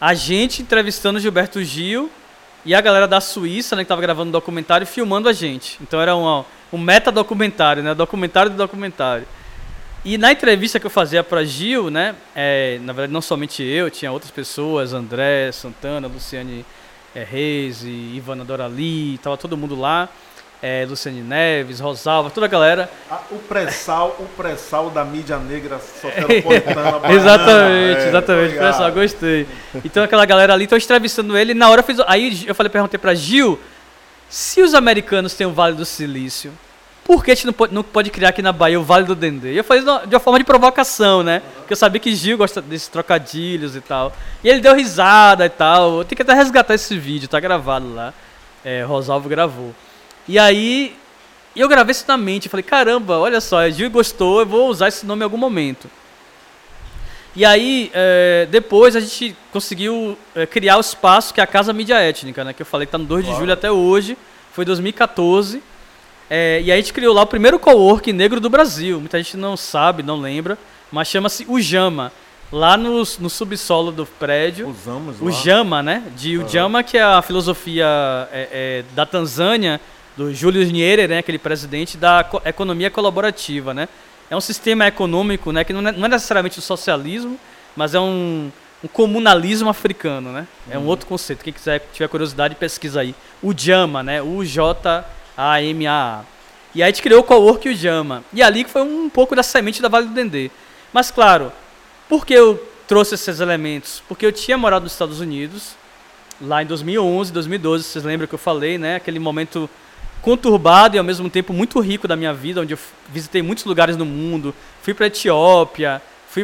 a gente entrevistando Gilberto Gil e a galera da Suíça, né, que tava gravando um documentário, filmando a gente. Então era um meta-documentário, né, documentário do documentário. E na entrevista que eu fazia para Gil, né, na verdade não somente eu, tinha outras pessoas, André, Santana, Luciane Reis e Ivana Dorali, tava todo mundo lá, Luciane Neves, Rosalva, toda a galera.
O pré-sal da mídia negra soteropolitana.
Exatamente, pré-sal, gostei. Então aquela galera ali, tô entrevistando ele, e na hora aí eu perguntei para Gil, se os americanos têm o Vale do Silício, por que a gente não pode criar aqui na Bahia o Vale do Dendê? E eu falei de uma forma de provocação, né? Porque eu sabia que Gil gosta desses trocadilhos e tal. E ele deu risada e tal. Eu tenho que até resgatar esse vídeo, tá gravado lá. Rosalvo gravou. E aí, eu gravei isso na mente. Falei, caramba, olha só, Gil gostou, eu vou usar esse nome em algum momento. E aí, depois a gente conseguiu criar o espaço que é a Casa Mídia Étnica, né? Que eu falei que tá no 2 de julho até hoje. Foi 2014. E aí a gente criou lá o primeiro coworking negro do Brasil. Muita gente não sabe, não lembra, mas chama-se o Jama. Lá no subsolo do prédio.
Usamos
o
lá.
Jama, né? O Jama, que é a filosofia da Tanzânia, do Júlio Nyerere, né? Aquele presidente da economia colaborativa, né? É um sistema econômico, né? Que não é necessariamente o socialismo, mas é um comunalismo africano, né? É um outro conceito. Quem tiver curiosidade, pesquisa aí. O Jama, né? UJAMAA. E aí a gente criou o coworking e o Jama. E ali foi um pouco da semente da Vale do Dendê. Mas claro, por que eu trouxe esses elementos? Porque eu tinha morado nos Estados Unidos, lá em 2011, 2012, vocês lembram que eu falei, né? Aquele momento conturbado e ao mesmo tempo muito rico da minha vida, onde eu visitei muitos lugares no mundo. Fui para Etiópia,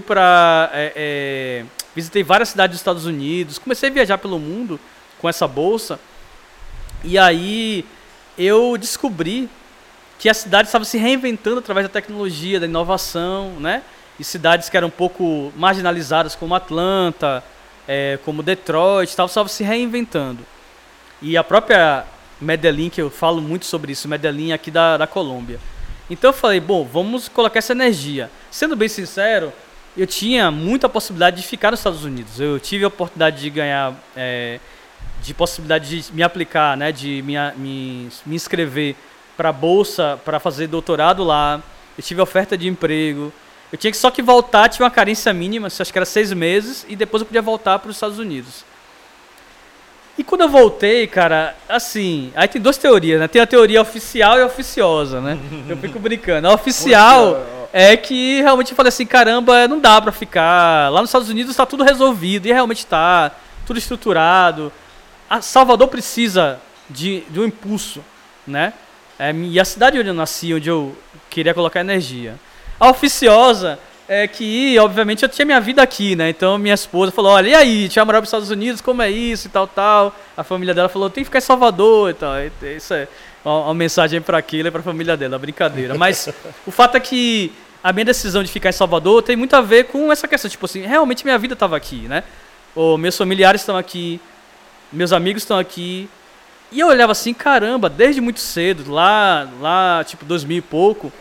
visitei várias cidades dos Estados Unidos, comecei a viajar pelo mundo com essa bolsa. E aí eu descobri que a cidade estava se reinventando através da tecnologia, da inovação, né? E cidades que eram um pouco marginalizadas, como Atlanta, como Detroit, estavam se reinventando. E a própria Medellín, que eu falo muito sobre isso, Medellín aqui da Colômbia. Então eu falei, bom, vamos colocar essa energia. Sendo bem sincero, eu tinha muita possibilidade de ficar nos Estados Unidos. Eu tive a oportunidade de ganhar, de possibilidade de me aplicar, né, de me inscrever para bolsa, para fazer doutorado lá. Eu tive oferta de emprego. Eu tinha só que voltar, tinha uma carência mínima, acho que era 6 meses, e depois eu podia voltar para os Estados Unidos. E quando eu voltei, cara, assim, aí tem 2 teorias, né? Tem a teoria oficial e a oficiosa, né? Eu fico brincando. A oficial é que realmente eu falei assim, caramba, não dá pra ficar. Lá nos Estados Unidos tá tudo resolvido, e realmente tá, tudo estruturado. Salvador precisa de um impulso, né? E a cidade onde eu nasci, onde eu queria colocar energia. A oficiosa é que, obviamente, eu tinha minha vida aqui, né? Então, minha esposa falou, olha, e aí, tinha morado nos Estados Unidos, como é isso e tal, tal. A família dela falou, tem que ficar em Salvador e tal. Isso é uma mensagem para aquilo e para a família dela, brincadeira. Mas o fato é que a minha decisão de ficar em Salvador tem muito a ver com essa questão. Tipo assim, realmente minha vida estava aqui, né? Meus familiares estão aqui, meus amigos estão aqui. E eu olhava assim, caramba, desde muito cedo, lá tipo 2000 e pouco,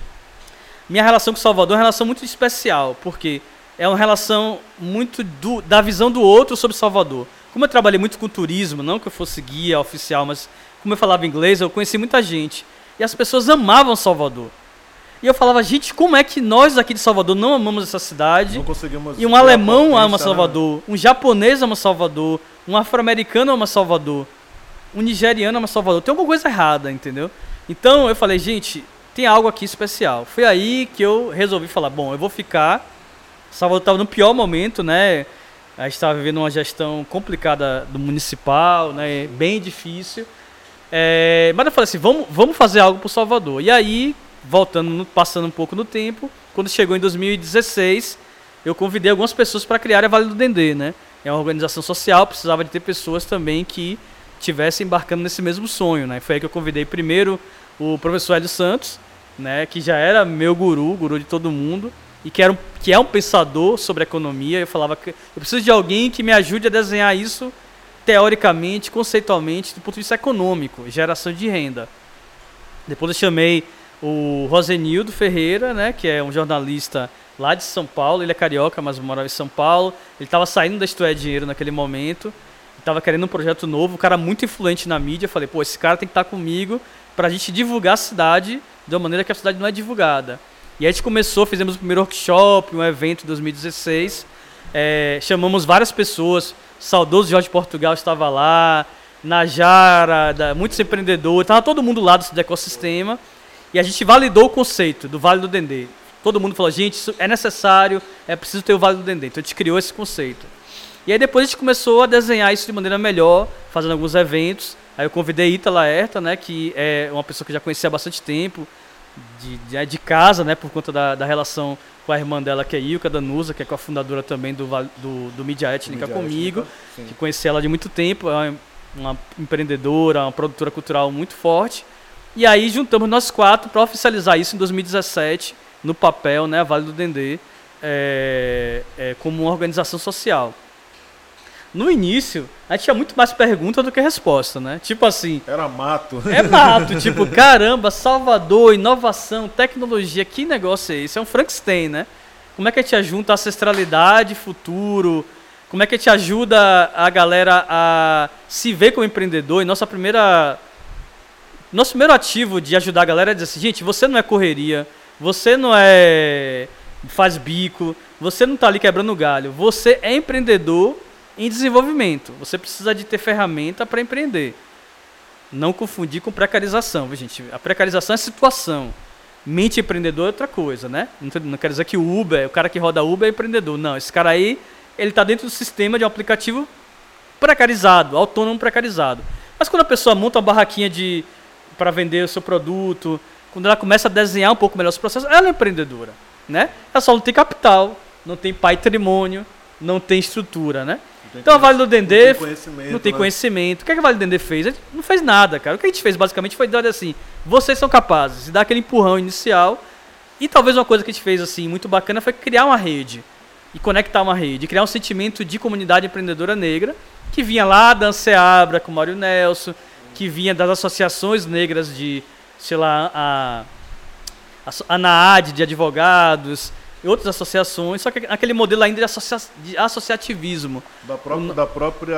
minha relação com Salvador é uma relação muito especial, porque é uma relação muito da visão do outro sobre Salvador. Como eu trabalhei muito com turismo, não que eu fosse guia oficial, mas como eu falava inglês, eu conheci muita gente. E as pessoas amavam Salvador. E eu falava, gente, como é que nós aqui de Salvador não amamos essa cidade?
Não conseguimos.
E um alemão ama Salvador, um japonês ama Salvador, um afro-americano ama Salvador, um nigeriano ama Salvador. Tem alguma coisa errada, entendeu? Então eu falei, gente, tem algo aqui especial. Foi aí que eu resolvi falar, bom, eu vou ficar. Salvador estava no pior momento, né? A gente estava vivendo uma gestão complicada do municipal, né? Bem difícil. Mas eu falei assim, vamos fazer algo para Salvador. E aí, passando um pouco no tempo, quando chegou em 2016, eu convidei algumas pessoas para criar a Vale do Dendê, né? É uma organização social, precisava de ter pessoas também que estivessem embarcando nesse mesmo sonho, né? Foi aí que eu convidei primeiro o professor Hélio Santos, né, que já era meu guru de todo mundo, e que é um pensador sobre economia. Eu falava que eu preciso de alguém que me ajude a desenhar isso teoricamente, conceitualmente, do ponto de vista econômico, geração de renda. Depois eu chamei o Rosenildo Ferreira, né, que é um jornalista lá de São Paulo, ele é carioca, mas morava em São Paulo, ele estava saindo da Isto é Dinheiro naquele momento, estava querendo um projeto novo, um cara muito influente na mídia, eu falei, pô, esse cara tem que estar comigo para a gente divulgar a cidade de uma maneira que a cidade não é divulgada. E aí a gente começou, fizemos o primeiro workshop, um evento em 2016, chamamos várias pessoas, o saudoso Jorge Portugal estava lá, Najara, muitos empreendedores, estava todo mundo lá do ecossistema, e a gente validou o conceito do Vale do Dendê. Todo mundo falou, gente, isso é necessário, é preciso ter o Vale do Dendê. Então a gente criou esse conceito. E aí depois a gente começou a desenhar isso de maneira melhor, fazendo alguns eventos. Aí eu convidei Ita Laerta, né, que é uma pessoa que eu já conhecia há bastante tempo, de casa, né, por conta da relação com a irmã dela, que é Ilka Danusa, que é cofundadora também do Mídia Étnica comigo, que conheci ela de muito tempo, é uma empreendedora, uma produtora cultural muito forte. E aí juntamos nós 4 para oficializar isso em 2017, no papel, né, a Vale do Dendê, como uma organização social. No início, a gente tinha muito mais pergunta do que resposta, né? Tipo assim...
Era mato.
É mato, tipo, caramba, Salvador, inovação, tecnologia, que negócio é esse? É um Frankenstein, né? Como é que a gente junta ancestralidade, futuro? Como é que a gente ajuda a galera a se ver como empreendedor? E nosso primeiro ativo de ajudar a galera é dizer assim, gente, você não é correria, você não faz bico, você não está ali quebrando galho, você é empreendedor em desenvolvimento. Você precisa de ter ferramenta para empreender. Não confundir com precarização, viu, gente? A precarização é situação. Mente empreendedor é outra coisa, né? Não quer dizer que o cara que roda Uber é empreendedor. Não, esse cara aí, ele está dentro do sistema de um aplicativo precarizado, autônomo precarizado. Mas quando a pessoa monta uma barraquinha para vender o seu produto, quando ela começa a desenhar um pouco melhor os processos, ela é empreendedora, né? Ela só não tem capital, não tem patrimônio, não tem estrutura, né? Então a Vale do Dendê não tem conhecimento. O que a Vale do Dendê fez? A gente não fez nada, cara. O que a gente fez basicamente foi dar assim, vocês são capazes de dar aquele empurrão inicial. E talvez uma coisa que a gente fez assim muito bacana foi criar uma rede e conectar uma rede, criar um sentimento de comunidade empreendedora negra que vinha lá da Anseabra com o Mário Nelson, que vinha das associações negras de, sei lá, a NAAD de advogados e outras associações, só que aquele modelo ainda de associativismo.
Da própria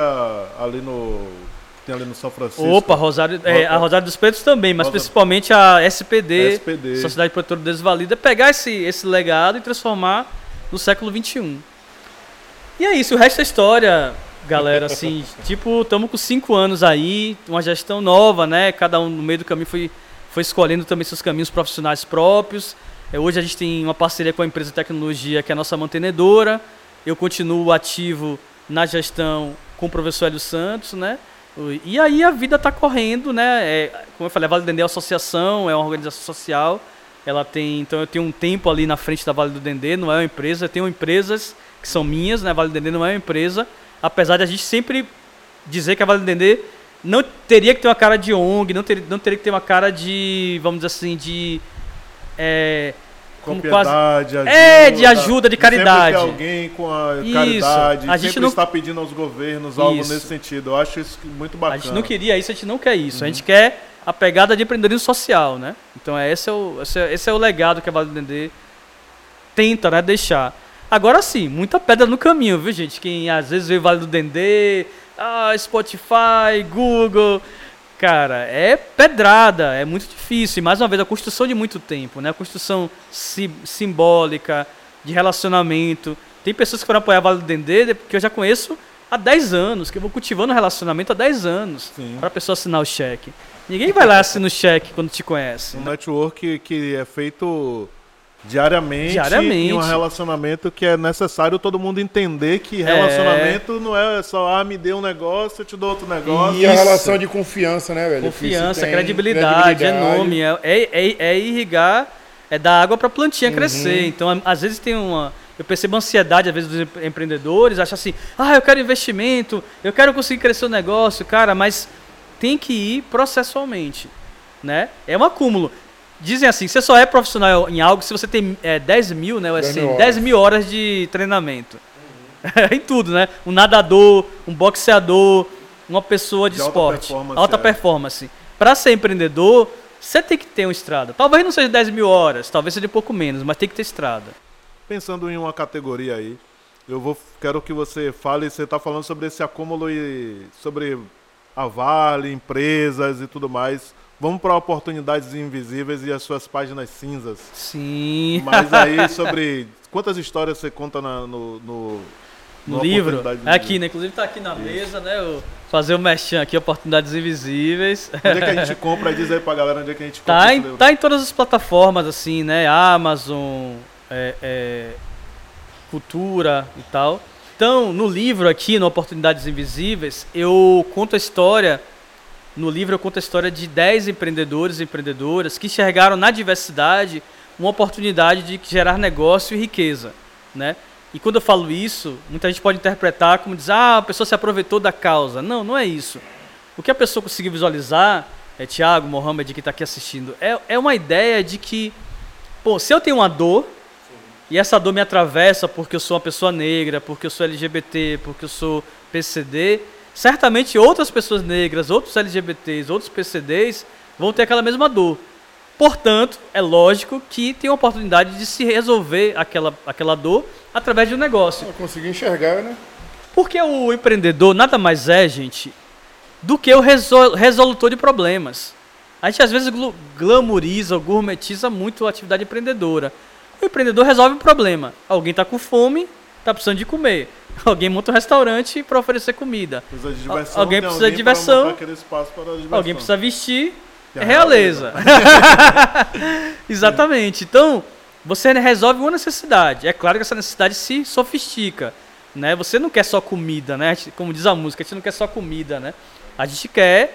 tem ali no São Francisco.
Opa, a Rosário dos Pretos também, mas principalmente a SPD, Sociedade Protetora do Desvalida, pegar esse legado e transformar no século XXI. E é isso, o resto é história, galera, assim, tipo, estamos com 5 anos aí, uma gestão nova, né, cada um no meio do caminho foi escolhendo também seus caminhos profissionais próprios. Hoje a gente tem uma parceria com a empresa de tecnologia, que é a nossa mantenedora. Eu continuo ativo na gestão com o professor Hélio Santos, né? E aí a vida está correndo, né? Como eu falei, a Vale do Dendê é uma associação, é uma organização social. Então eu tenho um tempo ali na frente da Vale do Dendê, não é uma empresa. Eu tenho empresas que são minhas, né? A Vale do Dendê não é uma empresa. Apesar de a gente sempre dizer que a Vale do Dendê não teria que ter uma cara de ONG, não teria que ter uma cara de, vamos dizer assim, de...
propriedade,
de ajuda, de caridade.
Sempre ter alguém com a caridade,
a gente
sempre está pedindo aos governos algo nesse sentido. Eu acho isso muito bacana.
A gente não queria isso, a gente não quer isso. A gente quer a pegada de empreendedorismo social, né? Então esse é o legado que a Vale do Dendê tenta, né, deixar. Agora sim, muita pedra no caminho, viu, gente? Quem às vezes vê o Vale do Dendê, Spotify, Google... Cara, é pedrada, é muito difícil. E mais uma vez, a construção de muito tempo, né? A construção simbólica, de relacionamento. Tem pessoas que foram apoiar a Vale do Dendê, que eu já conheço há 10 anos, que eu vou cultivando relacionamento há 10 anos para a pessoa assinar o cheque. Ninguém vai lá assinar o cheque quando te conhece.
Um network que é feito diariamente. E um relacionamento que é necessário todo mundo entender que relacionamento não é só, me dê um negócio, eu te dou outro negócio.
E a relação de confiança, né, velho?
Confiança, credibilidade, é nome, é irrigar, é dar água para a plantinha crescer. Então, às vezes eu percebo ansiedade, às vezes, dos empreendedores, acham assim, eu quero investimento, eu quero conseguir crescer o negócio, cara, mas tem que ir processualmente, né? É um acúmulo. Dizem assim, você só é profissional em algo se você tem 10 mil, né? 10 mil horas de treinamento. Em tudo, né? Um nadador, um boxeador, uma pessoa de esporte. Alta performance. Para ser empreendedor, você tem que ter uma estrada. Talvez não seja 10 mil horas, talvez seja um pouco menos, mas tem que ter estrada.
Pensando em uma categoria aí, quero que você fale, você está falando sobre esse acúmulo e sobre a Vale, empresas e tudo mais. Vamos para Oportunidades Invisíveis e as suas páginas cinzas.
Sim.
Mas aí sobre quantas histórias você conta no
livro? É aqui, né? Inclusive tá aqui na mesa, né? Eu fazer o merchan aqui, Oportunidades Invisíveis.
Onde é que a gente compra? Diz aí pra galera onde é que a gente compra.
Tá em todas as plataformas, assim, né? Amazon, Cultura e tal. Então, no livro aqui, no Oportunidades Invisíveis, eu conto a história. No livro eu conto a história de 10 empreendedores e empreendedoras que enxergaram na diversidade uma oportunidade de gerar negócio e riqueza, né? E quando eu falo isso, muita gente pode interpretar como dizer, a pessoa se aproveitou da causa. Não, não é isso. O que a pessoa conseguiu visualizar, Thiago, Mohamed, que está aqui assistindo, é uma ideia de que, pô, se eu tenho uma dor, e essa dor me atravessa porque eu sou uma pessoa negra, porque eu sou LGBT, porque eu sou PCD, certamente outras pessoas negras, outros LGBTs, outros PCDs vão ter aquela mesma dor. Portanto, é lógico que tem a oportunidade de se resolver aquela dor através de um negócio.
Eu consegui enxergar, né?
Porque o empreendedor nada mais é, gente, do que o resolutor de problemas. A gente às vezes glamoriza ou gourmetiza muito a atividade empreendedora. O empreendedor resolve um problema. Alguém está com fome, está precisando de comer. Alguém monta um restaurante para oferecer comida.
Precisa de diversão,
alguém precisa de diversão. Alguém precisa vestir. É realeza. Exatamente. Então, você resolve uma necessidade. É claro que essa necessidade se sofistica, né? Você não quer só comida, né? Como diz a música, a gente não quer só comida, né? A gente quer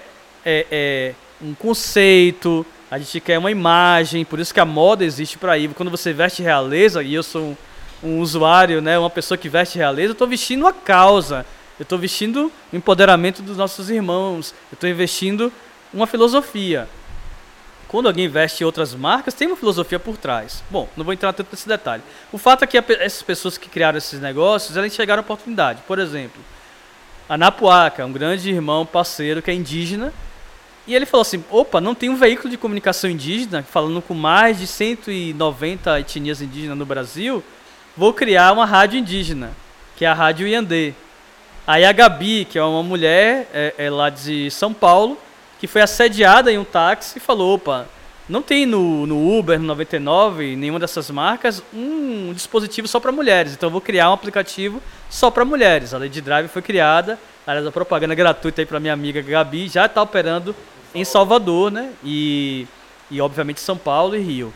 um conceito, a gente quer uma imagem. Por isso que a moda existe para ir. Quando você veste realeza, e eu sou um usuário, né? Uma pessoa que veste realeza, eu estou vestindo a causa. Eu estou vestindo o empoderamento dos nossos irmãos. Eu estou investindo uma filosofia. Quando alguém investe em outras marcas, tem uma filosofia por trás. Bom, não vou entrar tanto nesse detalhe. O fato é que essas pessoas que criaram esses negócios, elas enxergaram a oportunidade. Por exemplo, a Napuaca, um grande irmão, parceiro, que é indígena, e ele falou assim, opa, não tem um veículo de comunicação indígena, falando com mais de 190 etnias indígenas no Brasil, vou criar uma rádio indígena, que é a Rádio Iandê. Aí a Gabi, que é uma mulher lá de São Paulo, que foi assediada em um táxi e falou, opa, não tem no Uber, no 99, nenhuma dessas marcas, um dispositivo só para mulheres. Então eu vou criar um aplicativo só para mulheres. A Lady Drive foi criada, aliás, a propaganda gratuita aí para minha amiga Gabi, já está operando em Salvador, né? E obviamente São Paulo e Rio.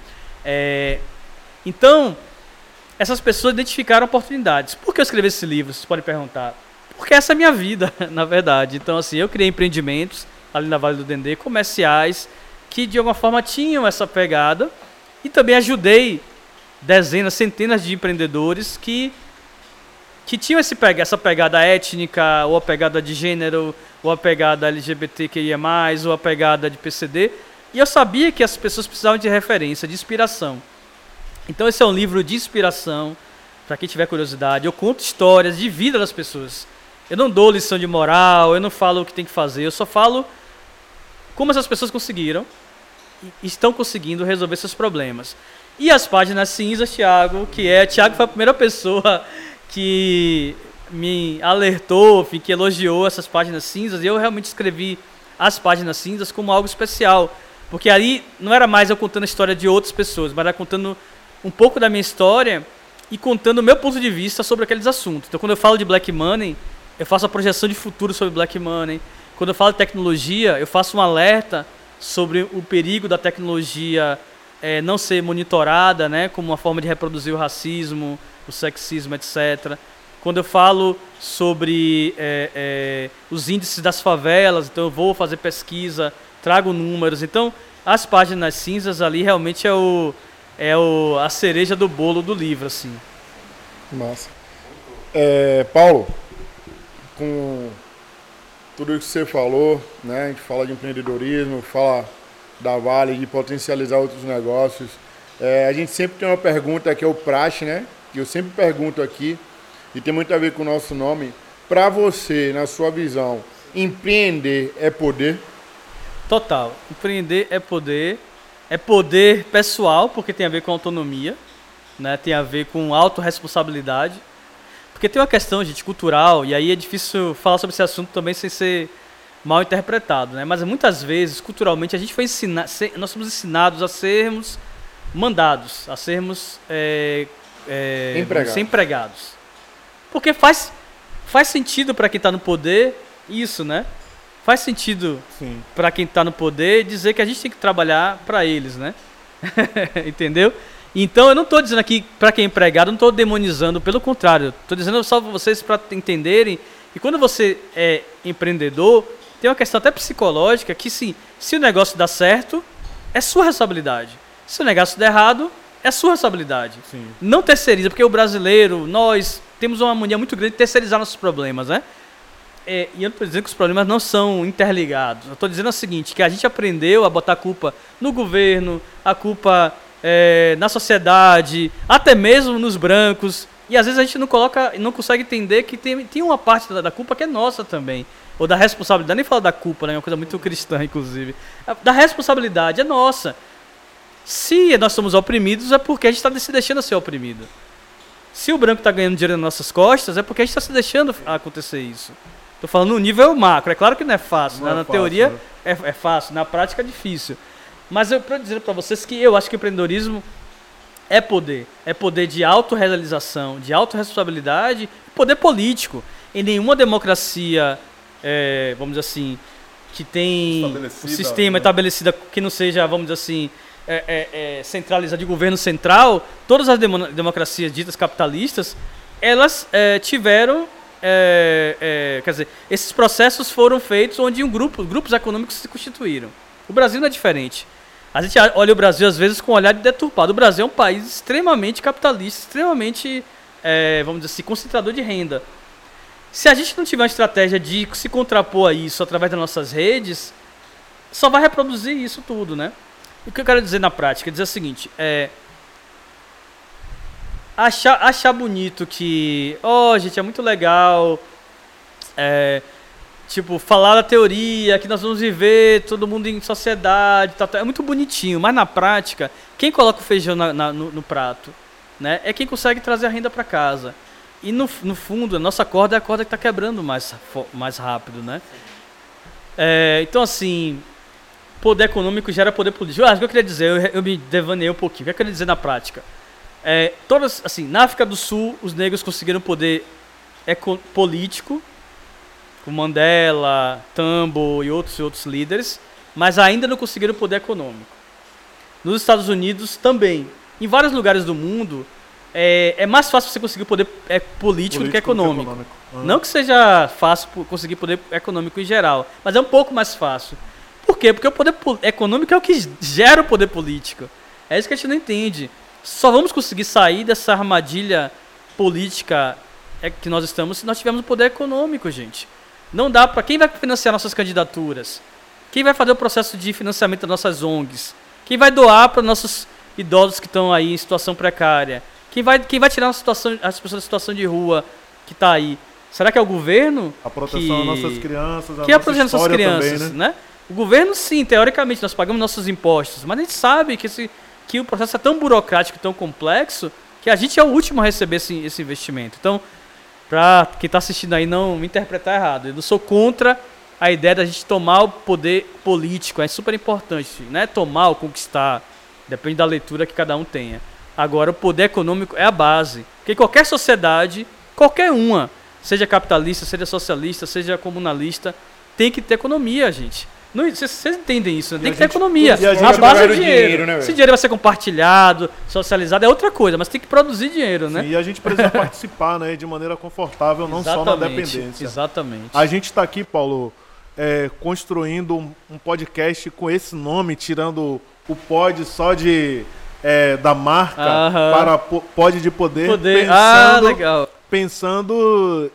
Então, essas pessoas identificaram oportunidades. Por que eu escrevi esse livro? Vocês podem perguntar. Porque essa é a minha vida, na verdade. Então, assim, eu criei empreendimentos ali na Vale do Dendê, comerciais, que de alguma forma tinham essa pegada, e também ajudei dezenas, centenas de empreendedores que tinham essa pegada étnica, ou a pegada de gênero, ou a pegada LGBTQIA+, ou a pegada de PCD, e eu sabia que as pessoas precisavam de referência, de inspiração. Então esse é um livro de inspiração, para quem tiver curiosidade. Eu conto histórias de vida das pessoas. Eu não dou lição de moral, eu não falo o que tem que fazer, eu só falo como essas pessoas conseguiram e estão conseguindo resolver seus problemas. E as páginas cinzas, Thiago foi a primeira pessoa que me alertou, que elogiou essas páginas cinzas, e eu realmente escrevi as páginas cinzas como algo especial, porque ali não era mais eu contando a história de outras pessoas, mas era contando um pouco da minha história e contando o meu ponto de vista sobre aqueles assuntos. Então quando eu falo de Black Money, eu faço a projeção de futuro sobre Black Money. Quando eu falo de tecnologia, eu faço um alerta sobre o perigo da tecnologia não ser monitorada, né, como uma forma de reproduzir o racismo, o sexismo, etc. Quando eu falo sobre os índices das favelas, então eu vou fazer pesquisa, trago números. Então, as páginas cinzas ali realmente a cereja do bolo do livro, assim.
Massa. Paulo, com tudo isso que você falou, né? A gente fala de empreendedorismo, fala da Vale, de potencializar outros negócios. A gente sempre tem uma pergunta que é o praxe, né? Que eu sempre pergunto aqui, e tem muito a ver com o nosso nome. Para você, na sua visão, empreender é poder?
Total. Empreender é poder pessoal, porque tem a ver com autonomia, né? Tem a ver com autorresponsabilidade. Porque tem uma questão, gente, cultural, e aí é difícil falar sobre esse assunto também sem ser mal interpretado, né? Mas muitas vezes, culturalmente, a gente foi nós somos ensinados a sermos mandados, a sermos empregados. Porque faz sentido para quem está no poder isso, né? Faz sentido para quem está no poder dizer que a gente tem que trabalhar para eles, né? Entendeu? Então eu não estou dizendo aqui para quem é empregado, não estou demonizando, pelo contrário. Estou dizendo só para vocês para entenderem que quando você é empreendedor, tem uma questão até psicológica que se o negócio dá certo, é sua responsabilidade. Se o negócio der errado, é sua responsabilidade. Sim. Não terceiriza, porque o brasileiro, nós temos uma mania muito grande de terceirizar nossos problemas, né? E eu não estou dizendo que os problemas não são interligados. Eu estou dizendo o seguinte, que a gente aprendeu a botar a culpa no governo, a culpa na sociedade, até mesmo nos brancos. E às vezes a gente não consegue entender que tem uma parte da culpa que é nossa também. Ou da responsabilidade, nem falar da culpa, né? É uma coisa muito cristã, inclusive. Da responsabilidade é nossa. Se nós somos oprimidos, é porque a gente está se deixando ser oprimido. Se o branco está ganhando dinheiro nas nossas costas, é porque a gente está se deixando acontecer isso. Estou falando no nível macro. É claro que não é fácil. Né? Na teoria, né? É fácil. Na prática, é difícil. Mas eu estou dizendo para vocês que eu acho que o empreendedorismo é poder. É poder de autorrealização, de autorresponsabilidade, poder político. Em nenhuma democracia, vamos dizer assim, que tem um sistema estabelecido que não seja, vamos dizer assim, centralizado de governo central, todas as democracias ditas capitalistas, elas tiveram, quer dizer, esses processos foram feitos onde grupos econômicos se constituíram. O Brasil não é diferente. A gente olha o Brasil às vezes com um olhar deturpado. O Brasil é um país extremamente capitalista, extremamente, vamos dizer assim, concentrador de renda. Se a gente não tiver uma estratégia de se contrapor a isso através das nossas redes, só vai reproduzir isso tudo, né? O que eu quero dizer na prática é dizer o seguinte, achar bonito que, gente, é muito legal, tipo, falar da teoria, que nós vamos viver todo mundo em sociedade, é muito bonitinho, mas na prática, quem coloca o feijão no prato, né, é quem consegue trazer a renda para casa. E no fundo, a nossa corda é a corda que está quebrando mais rápido, né? Então, assim, poder econômico gera poder político. O que eu queria dizer, eu me devaneei um pouquinho. O que eu queria dizer na prática? Assim, na África do Sul, os negros conseguiram poder político, com Mandela, Tambo e outros líderes, mas ainda não conseguiram poder econômico. Nos Estados Unidos também. Em vários lugares do mundo, é mais fácil você conseguir poder político do que econômico. Não que seja fácil conseguir poder econômico em geral, mas é um pouco mais fácil. Por quê? Porque o poder econômico é o que gera o poder político. É isso que a gente não entende. Só vamos conseguir sair dessa armadilha política que nós estamos se nós tivermos o poder econômico, gente. Não dá para... Quem vai financiar nossas candidaturas? Quem vai fazer o processo de financiamento das nossas ONGs? Quem vai doar para nossos idosos que estão aí em situação precária? Quem vai tirar as pessoas da situação de rua que está aí? Será que é o governo?
A proteção das nossas crianças,
a proteção das nossas crianças,
também,
né? O governo, sim, teoricamente, nós pagamos nossos impostos, mas a gente sabe que o processo é tão burocrático e tão complexo que a gente é o último a receber esse investimento. Então, para quem está assistindo aí não me interpretar errado, eu não sou contra a ideia da gente tomar o poder político, é super importante, não é tomar ou conquistar, depende da leitura que cada um tenha. Agora, o poder econômico é a base, porque qualquer sociedade, qualquer uma, seja capitalista, seja socialista, seja comunalista, tem que ter economia, gente. Vocês entendem isso, né? Tem que ter economia. A base é o dinheiro. Né, esse dinheiro vai ser compartilhado, socializado, é outra coisa, mas tem que produzir dinheiro, né?
E a gente precisa participar, né, de maneira confortável, não só na dependência.
Exatamente.
A gente está aqui, Paulo, construindo um podcast com esse nome, tirando o pod só da marca para pod de poder.
Legal.
Pensando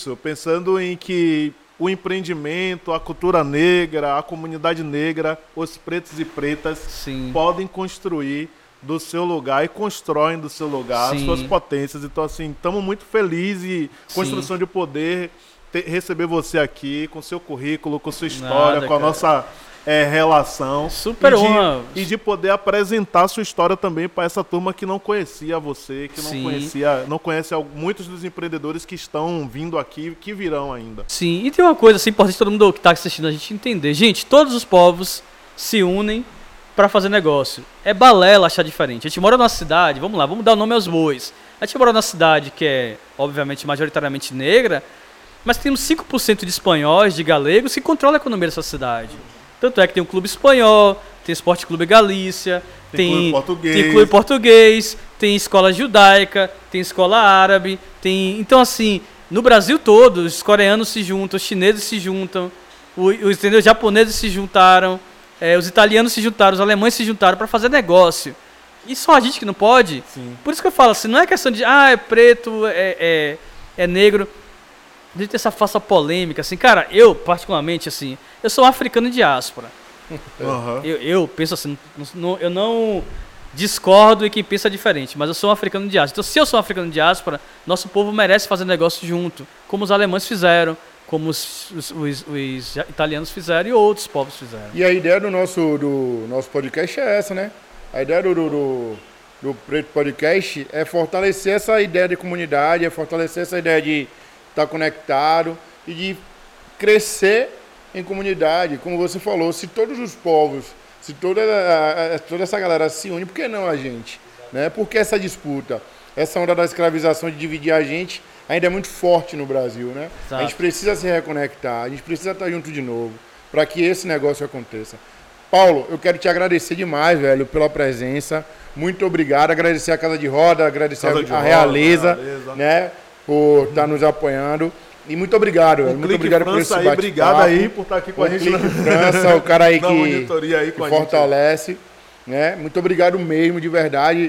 em que o empreendimento, a cultura negra, a comunidade negra, os pretos e pretas podem construir do seu lugar e constroem do seu lugar as suas potências. Então, assim, estamos muito felizes e construção de poder, receber você aqui com seu currículo, com sua história, com a nossa relação.
Super honra.
E de poder apresentar a sua história também para essa turma que não conhecia você, que não conhece muitos dos empreendedores que estão vindo aqui, que virão ainda.
Sim, e tem uma coisa assim, importante todo mundo que está assistindo a gente entender. Gente, todos os povos se unem para fazer negócio. É balela achar diferente. A gente mora numa cidade, vamos lá, vamos dar o nome aos bois. A gente mora numa cidade que é, obviamente, majoritariamente negra, mas temos 5% de espanhóis, de galegos, que controlam a economia dessa cidade. Tanto é que tem o Clube Espanhol, tem o Esporte Clube Galícia, tem Clube Português, tem escola judaica, tem escola árabe, tem... Então, assim, no Brasil todo, os coreanos se juntam, os chineses se juntam, os japoneses se juntaram, os italianos se juntaram, os alemães se juntaram para fazer negócio. E só a gente que não pode.
Sim.
Por isso que eu falo assim, não é questão de, é preto, é negro. A gente tem essa falsa polêmica, assim, cara, eu, particularmente, assim, eu sou um africano em diáspora.
Uhum.
Eu penso assim, eu não discordo e quem pensa diferente, mas eu sou um africano em diáspora. Então, se eu sou um africano em diáspora, nosso povo merece fazer negócio junto, como os alemães fizeram, como os italianos fizeram e outros povos fizeram.
E a ideia do nosso podcast é essa, né? A ideia do Preto Podcast é fortalecer essa ideia de comunidade, é fortalecer essa ideia de estar conectado e de crescer em comunidade. Como você falou, se todos os povos, se toda essa galera se une, por que não a gente? Né? Por que essa disputa? Essa onda da escravização de dividir a gente ainda é muito forte no Brasil, né?
Exato.
A gente precisa se reconectar, a gente precisa estar junto de novo para que esse negócio aconteça. Paulo, eu quero te agradecer demais, velho, pela presença. Muito obrigado. Agradecer a Casa de Roda, agradecer a Realeza, né, por estar nos apoiando. E muito obrigado, velho. Muito obrigado por esse bate-papo.
Obrigado aí por estar aqui com a gente.
Clique França, o cara aí
que
fortalece. Né? Muito obrigado mesmo, de verdade.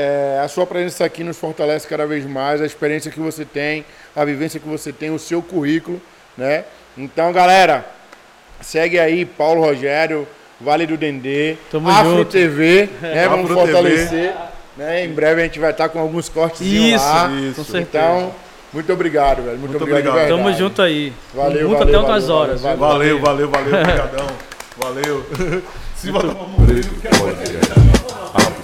A sua presença aqui nos fortalece cada vez mais, a experiência que você tem, a vivência que você tem, o seu currículo, né? Então, galera, segue aí Paulo Rogério, Vale do Dendê, Afro
junto.
TV, né?
Afro
Vamos fortalecer. Né? Em breve a gente vai estar com alguns cortes lá.
Isso, com certeza.
Então, muito obrigado, velho. Muito obrigado. De verdade.
Tamo junto aí.
Valeu,
muito
valeu,
até outras horas.
Valeu, obrigadão. Valeu. Se botar uma